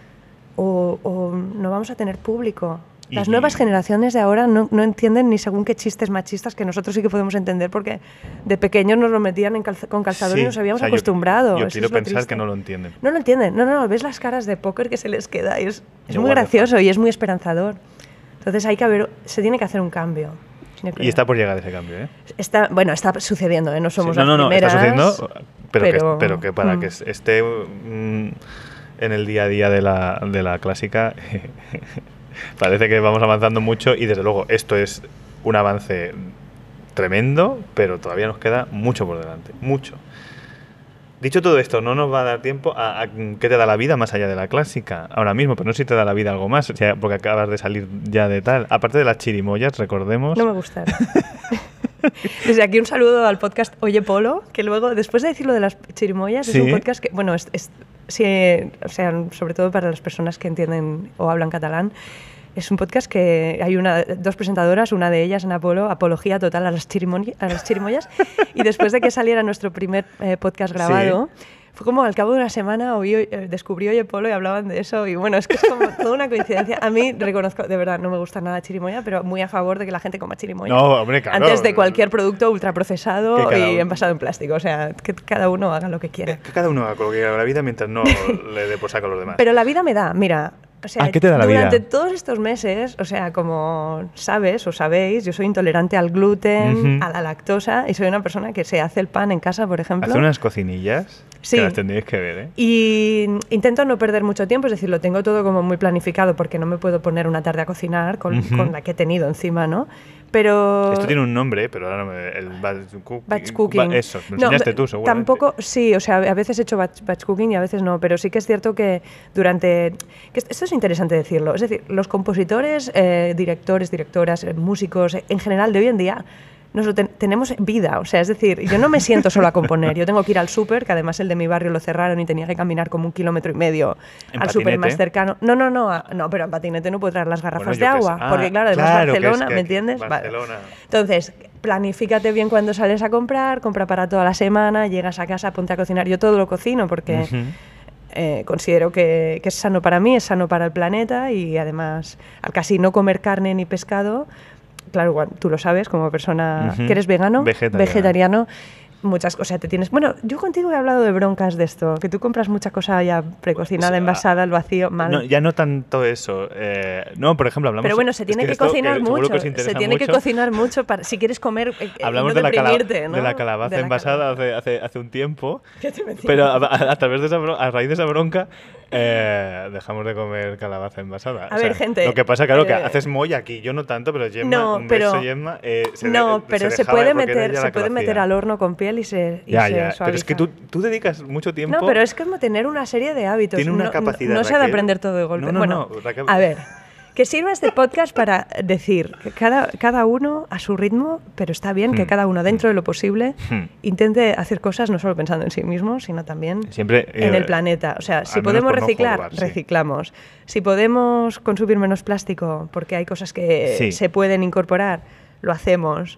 o, o no vamos a tener público. Las Y- nuevas generaciones de ahora no, no entienden ni según qué chistes machistas que nosotros sí que podemos entender porque de pequeños nos lo metían en calza- con calzador y Sí, nos habíamos o sea, yo- acostumbrado. Yo, Eso quiero es lo pensar triste. que no lo entienden. No lo entienden, no, no, no, ves las caras de póker que se les queda y es, es Yo muy guardo gracioso fan. y es muy esperanzador. Entonces hay que haber, se tiene que hacer un cambio. yo Y creo. está por llegar ese cambio, ¿eh? Está, bueno, está sucediendo, ¿eh? No somos Sí, no, no, las no, primeras. está sucediendo, pero, pero- que, pero que para mm. que esté mm, en el día a día de la, de la clásica, parece que vamos avanzando mucho y desde luego esto es un avance tremendo, pero todavía nos queda mucho por delante, mucho. Dicho todo esto, no nos va a dar tiempo a, a qué te da la vida más allá de la clásica ahora mismo, pero no sé si te da la vida algo más, o sea, porque acabas de salir ya de tal. Aparte de las chirimoyas, recordemos... No me gusta. Desde aquí un saludo al podcast Oye Polo, que luego, después de decir lo de las chirimoyas, Sí. es un podcast que, bueno, es, es- sí, o sea, sobre todo para las personas que entienden o hablan catalán, es un podcast que hay una, dos presentadoras, una de ellas en Apolo, apología total a las, chirimoy- a las chirimoyas, y después de que saliera nuestro primer eh, podcast grabado, fue como al cabo de una semana oí, eh, descubrí Oye Polo y hablaban de eso, y bueno, es que es como toda una coincidencia. A mí, reconozco, de verdad, no me gusta nada chirimoya, pero muy a favor de que la gente coma chirimoya. No, hombre, claro. Antes de cualquier producto ultraprocesado Que cada y uno- envasado en plástico, o sea, que cada uno haga lo que quiera. Que cada uno haga con lo que quiera con la vida mientras no le dé por saco a los demás. Pero la vida me da, mira, o sea, ¿A qué te da la durante vida? todos estos meses, o sea, como sabes o sabéis, yo soy intolerante al gluten, Ujú. a la lactosa y soy una persona que se hace el pan en casa, por ejemplo. Hacer unas cocinillas Sí. que las tendríais que ver, ¿eh? Y intento no perder mucho tiempo, es decir, lo tengo todo como muy planificado porque no me puedo poner una tarde a cocinar con, Ujú. con la que he tenido encima, ¿no? Pero... Esto tiene un nombre, pero ahora no me... El batch cooking. Batch cooking. Ba- Eso, me No, enseñaste me- tú, seguramente. Tampoco, sí, o sea, a veces he hecho batch, batch cooking y a veces no, pero sí que es cierto que durante... Que esto esto es interesante decirlo, es decir, los compositores, eh, directores, directoras, eh, músicos, eh, en general de hoy en día, nos lo ten- tenemos vida, o sea, es decir, yo no me siento solo a componer, yo tengo que ir al súper, que además el de mi barrio lo cerraron y tenía que caminar como un kilómetro y medio ¿En al súper más patinete? cercano. No, no, no, a- no, pero en patinete no puedo traer las garrafas Bueno, de yo qué sé. agua, Ah, porque claro, además claro, que es Barcelona, que ¿me aquí- entiendes? Vale. Barcelona. Entonces, planifícate bien cuando sales a comprar, compra para toda la semana, llegas a casa, ponte a cocinar. Yo todo lo cocino porque Ujú. eh, considero que, que es sano para mí, es sano para el planeta y además, al casi no comer carne ni pescado, claro, igual, tú lo sabes como persona Ujú. que eres vegano, Vegetariana. vegetariano, muchas cosas. Te tienes, bueno, yo contigo he hablado de broncas de esto, que tú compras mucha cosa ya precocinada, o sea, envasada al vacío, mal. No, ya no tanto eso. Eh, no, por ejemplo, hablamos... Pero bueno, se tiene es que, que cocinar que mucho. Que se tiene mucho. que cocinar mucho para si quieres comer. Eh, hablamos no de, la cala, ¿no? de la calabaza de la envasada calabaza. Hace, hace, hace un tiempo. ¿Qué te pero a, a, a través de esa a raíz de esa bronca eh, dejamos de comer calabaza envasada. A o ver, sea, gente. Lo que pasa, claro, eh, que haces molla aquí, yo no tanto, pero Gemma, no, un pero, beso, Gemma. Eh, se no, de, pero se, se puede meter, se puede meter al horno con piel y se, y ya, se ya. suaviza. Pero es que tú, tú dedicas mucho tiempo. No, pero es como tener una serie de hábitos. Tiene una no, capacidad. No, no se ha de aprender todo de golpe. No, no, bueno, no, Raquel. A ver. Que sirva este podcast para decir que cada, cada uno a su ritmo, pero está bien hmm. que cada uno dentro de lo posible hmm. intente hacer cosas no solo pensando en sí mismo, sino también Siempre, en eh, el planeta. O sea, si podemos reciclar, no jorobar, reciclamos. Sí. Si podemos consumir menos plástico, porque hay cosas que sí. se pueden incorporar, lo hacemos.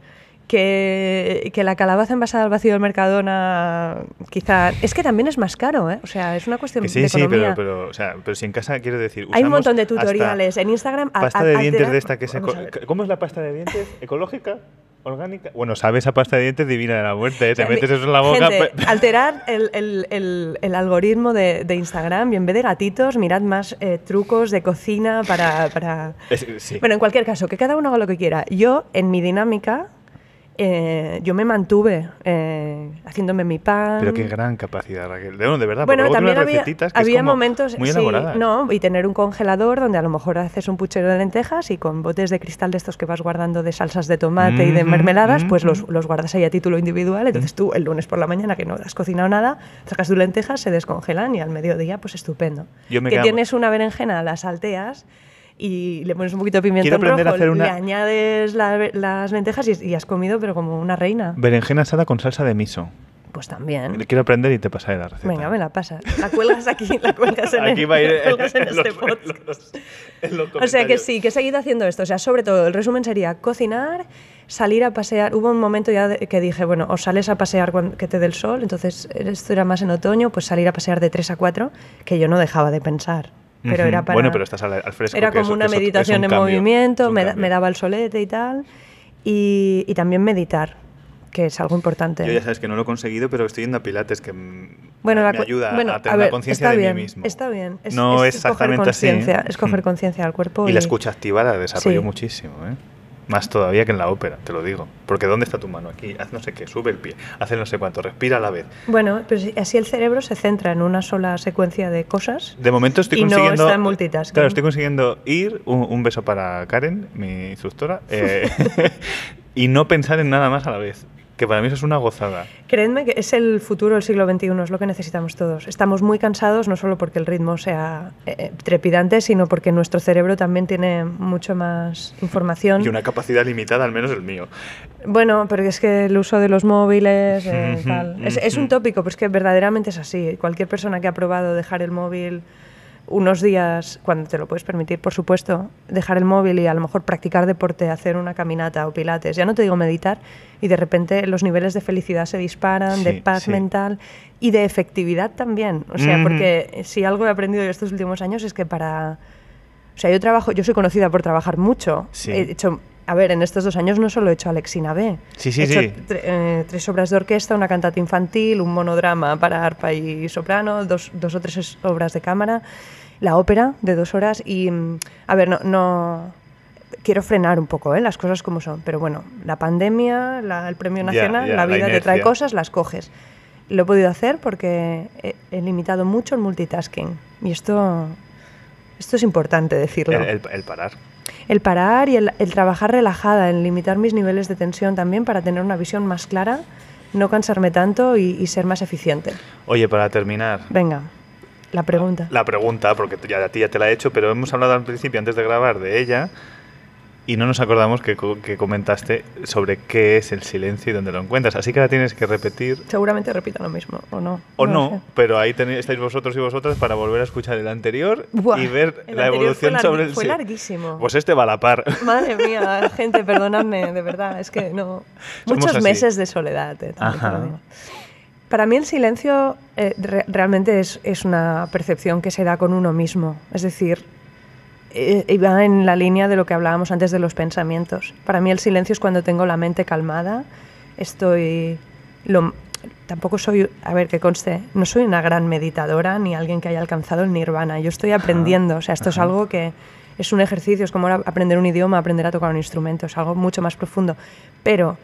Que, que la calabaza envasada al vacío del Mercadona quizá... Es que también es más caro, ¿eh? O sea, es una cuestión que sí, de economía. Sí, pero, pero, o sea, pero si en casa, quiero decir... Hay un montón de tutoriales en Instagram... Pasta de dientes de esta que se... ¿Cómo es la pasta de dientes? ¿Ecológica? ¿Orgánica? Bueno, sabes esa pasta de dientes divina de la muerte, ¿eh? Te metes eso en la boca... Gente, alterar el, el, el, el algoritmo de, de Instagram y en vez de gatitos, mirad más eh, trucos de cocina para... para... Es, sí. Bueno, en cualquier caso, que cada uno haga lo que quiera. Yo, en mi dinámica... Eh, yo me mantuve eh, haciéndome mi pan. Pero qué gran capacidad, Raquel. De, de verdad, bueno, también había, recetitas que había es como momentos muy sí, elaboradas. No, y tener un congelador donde a lo mejor haces un puchero de lentejas y con botes de cristal de estos que vas guardando de salsas de tomate mm-hmm, y de mermeladas, mm-hmm. pues los, los guardas ahí a título individual. Entonces tú el lunes por la mañana que no has cocinado nada, sacas tus lentejas, se descongelan y al mediodía pues estupendo. Yo me que quedamos... tienes una berenjena, la salteas y le pones un poquito de pimiento rojo, a hacer una... le añades la, las lentejas y, y has comido pero como una reina. Berenjena asada con salsa de miso. Pues también. Quiero aprender y te pasaré la receta. Venga, me la pasas. La cuelgas aquí, la cuelgas en, aquí el, va a ir la cuelgas en, en este los, podcast. En los, en o sea que sí, que he seguido haciendo esto. O sea, sobre todo, el resumen sería cocinar, salir a pasear. Hubo un momento ya de, que dije, bueno, o sales a pasear cuando, que te dé el sol, entonces esto era más en otoño, pues salir a pasear de tres a cuatro, que yo no dejaba de pensar. Pero uh-huh. era para, bueno, pero estás al, al fresco. Era como eso, una eso, meditación en cambio, movimiento, me, me daba el solete y tal. Y, y también meditar, que es algo importante. Yo ya sabes que no lo he conseguido, pero estoy yendo a Pilates, que bueno, me la, ayuda bueno, a tener a ver, una conciencia de bien, mí mismo. Está bien. Es, no es es exactamente así. ¿eh? Es coger conciencia del cuerpo. Y, y la escucha activa la desarrollo sí. muchísimo, ¿eh? Más todavía que en la ópera, te lo digo. Porque ¿dónde está tu mano? Aquí, haz no sé qué, sube el pie, haz no sé cuánto, respira a la vez. Bueno, pues así el cerebro se centra en una sola secuencia de cosas. De momento estoy y consiguiendo... no está en multitasking. Claro, estoy consiguiendo ir, un, un beso para Karen, mi instructora, eh, y no pensar en nada más a la vez. Que para mí eso es una gozada. Creedme que es el futuro del siglo veintiuno, es lo que necesitamos todos. Estamos muy cansados, no solo porque el ritmo sea eh, trepidante, sino porque nuestro cerebro también tiene mucho más información. Y una capacidad limitada, al menos el mío. Bueno, pero es que el uso de los móviles, eh, tal. Es, es un tópico, pero es que verdaderamente es así. Cualquier persona que ha probado dejar el móvil unos días, cuando te lo puedes permitir, por supuesto, dejar el móvil y a lo mejor practicar deporte, hacer una caminata o pilates, ya no te digo meditar, y de repente los niveles de felicidad se disparan, sí, de paz sí. mental y de efectividad también. O sea, mm-hmm. porque si algo he aprendido en estos últimos años es que para... O sea, yo trabajo, yo soy conocida por trabajar mucho. Sí. He hecho... A ver, en estos dos años no solo he hecho Alexina B. Sí, sí, he hecho sí. tre- eh, tres obras de orquesta, una cantata infantil, un monodrama para arpa y soprano, dos, dos o tres obras de cámara, la ópera de dos horas y... A ver, no... no quiero frenar un poco, ¿eh? Las cosas como son. Pero bueno, la pandemia, la, el premio nacional, yeah, yeah, la vida la te trae cosas, las coges. Lo he podido hacer porque he, he limitado mucho el multitasking. Y esto, esto es importante decirlo. El, el, el parar. El parar y el, el trabajar relajada, el limitar mis niveles de tensión también para tener una visión más clara, no cansarme tanto y, y ser más eficiente. Oye, para terminar... Venga, la pregunta. La pregunta, porque ya a ti ya te la he hecho, pero hemos hablado al principio, antes de grabar, de ella... Y no nos acordamos que, que comentaste sobre qué es el silencio y dónde lo encuentras. Así que la tienes que repetir. Seguramente repita lo mismo, ¿o no? O no, no sé. Pero ahí tenéis, estáis vosotros y vosotras para volver a escuchar el anterior. Buah, y ver el la evolución fue sobre el Fue silencio. larguísimo. Pues este va a la par. Madre mía, gente, perdonadme, de verdad. Es que no... Somos Muchos así. meses de soledad, eh, también te lo digo. Para mí el silencio eh, re- realmente es, es una percepción que se da con uno mismo. Es decir... y va en la línea de lo que hablábamos antes de los pensamientos. Para mí el silencio es cuando tengo la mente calmada, estoy lo, tampoco soy, a ver, que conste, no soy una gran meditadora ni alguien que haya alcanzado el nirvana. Yo estoy aprendiendo, o sea, esto Ajá. es algo que es un ejercicio, es como ahora aprender un idioma, aprender a tocar un instrumento, es algo mucho más profundo. Pero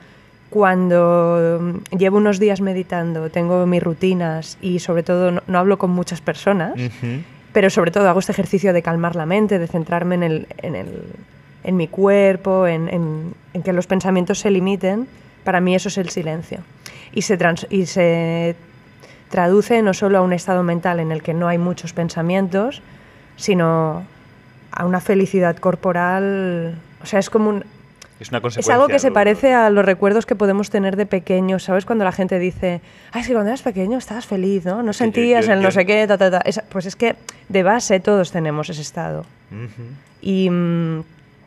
cuando llevo unos días meditando, tengo mis rutinas y sobre todo no, no hablo con muchas personas, Ujú. pero sobre todo hago este ejercicio de calmar la mente, de centrarme en, el, en, el, en mi cuerpo, en, en, en que los pensamientos se limiten. Para mí eso es el silencio. Y se, trans, y se traduce no solo a un estado mental en el que no hay muchos pensamientos, sino a una felicidad corporal. O sea, es como un... Es una Es consecuencia. algo que se lo- parece a los recuerdos que podemos tener de pequeños, ¿sabes? Cuando la gente dice, ay, es que cuando eras pequeño estabas feliz, ¿no? No Es que yo- sentías yo- el yo- no sé qué, ta, ta, ta. Es- pues es que de base todos tenemos ese estado. Ujú. Y mm,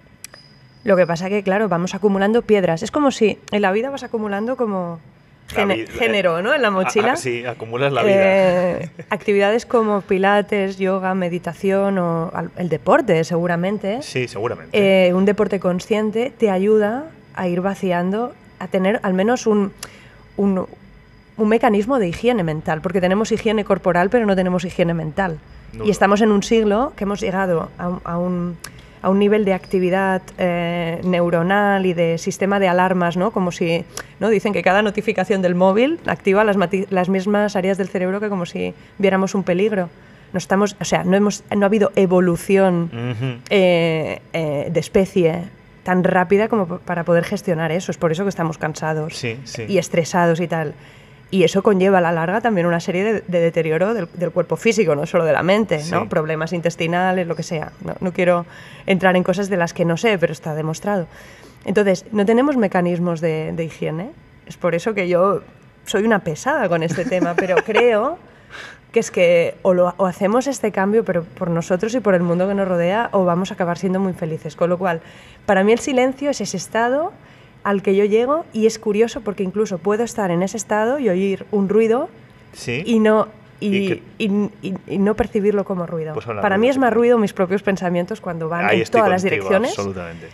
lo que pasa que, claro, vamos acumulando piedras. Es como si en la vida vas acumulando como La gene- vida- género, ¿no? En la mochila. Ah, ah, sí, acumulas la vida. Eh, actividades como pilates, yoga, meditación o al- el deporte, seguramente. Sí, seguramente. Eh, un deporte consciente te ayuda a ir vaciando, a tener al menos un, un, un mecanismo de higiene mental, porque tenemos higiene corporal pero no tenemos higiene mental. Duro. Y estamos en un siglo que hemos llegado a, un- a un, a un nivel de actividad eh, neuronal y de sistema de alarmas, ¿no? Como si, ¿no? Dicen que cada notificación del móvil activa las, mati- las mismas áreas del cerebro que como si viéramos un peligro. No estamos, o sea, no, hemos, no ha habido evolución Ujú. eh, eh, de especie tan rápida como p- para poder gestionar eso. Es por eso que estamos cansados Sí, sí. y estresados y tal. Y eso conlleva a la larga también una serie de, de deterioro del, del cuerpo físico, no solo de la mente, Sí. ¿no? Problemas intestinales, lo que sea. No, no quiero entrar en cosas de las que no sé, pero está demostrado. Entonces, no tenemos mecanismos de, de higiene. Es por eso que yo soy una pesada con este tema, pero creo que es que o, lo, o hacemos este cambio pero por nosotros y por el mundo que nos rodea o vamos a acabar siendo muy felices. Con lo cual, para mí el silencio es ese estado al que yo llego y es curioso porque incluso puedo estar en ese estado y oír un ruido Sí. y no, y, ¿Y qué? y- y- y no percibirlo como ruido. Pues habla Para de mí lo es que más te- ruido mis propios pensamientos cuando van Ahí en estoy todas las contigo, direcciones. absolutamente.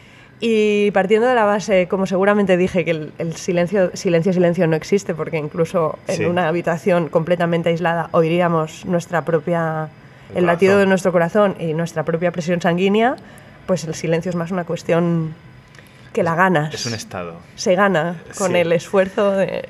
Y partiendo de la base, como seguramente dije, que el, el silencio, silencio, silencio no existe, porque incluso en Sí. una habitación completamente aislada oiríamos nuestra propia, El el, latido corazón. de nuestro corazón y nuestra propia presión sanguínea, pues el silencio es más una cuestión que la ganas. Es un estado. Se gana con Sí. el esfuerzo de...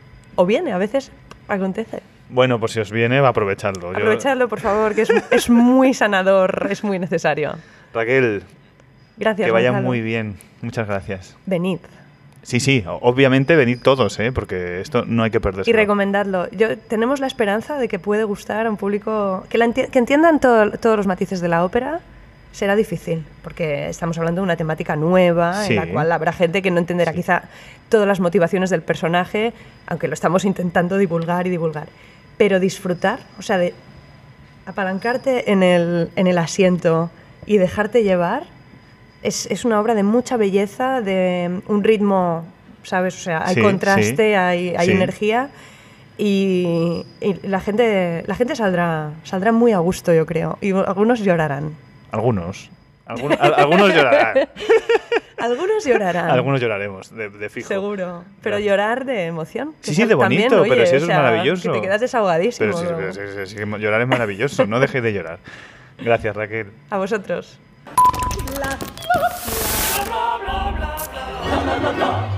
O viene, a veces acontece. Bueno, pues si os viene, va a aprovecharlo. Yo- Aprovechadlo, por favor, que es, es muy sanador, es muy necesario. Raquel, Gracias, que vaya Gonzalo. muy bien. Muchas gracias. Venid. Sí, sí, o- obviamente venid todos, ¿eh? Porque esto no hay que perderse. Y recomendadlo. Yo, tenemos la esperanza de que puede gustar a un público que, la enti- que entiendan todo- todos los matices de la ópera. Será difícil, porque estamos hablando de una temática nueva, Sí. en la cual habrá gente que no entenderá Sí. quizá todas las motivaciones del personaje, aunque lo estamos intentando divulgar y divulgar. Pero disfrutar, o sea, de apalancarte en el, en el asiento y dejarte llevar, es, es una obra de mucha belleza, de un ritmo, ¿sabes? O sea, hay Sí, contraste, sí. hay, hay Sí. energía y, y la gente, la gente saldrá, saldrá muy a gusto, yo creo, y algunos llorarán. Algunos. Algun- al- algunos llorarán. Algunos llorarán. Algunos lloraremos, de, de fijo. Seguro. Pero Gracias. llorar de emoción. que Sí, sí, eso de también, bonito, oye, pero si o eso es sea, maravilloso. Que te quedas desahogadísimo. Pero sí, luego. sí, sí, sí, sí, llorar es maravilloso, no dejéis de llorar. Gracias, Raquel. A vosotros. blah blah blah blah blah blah blah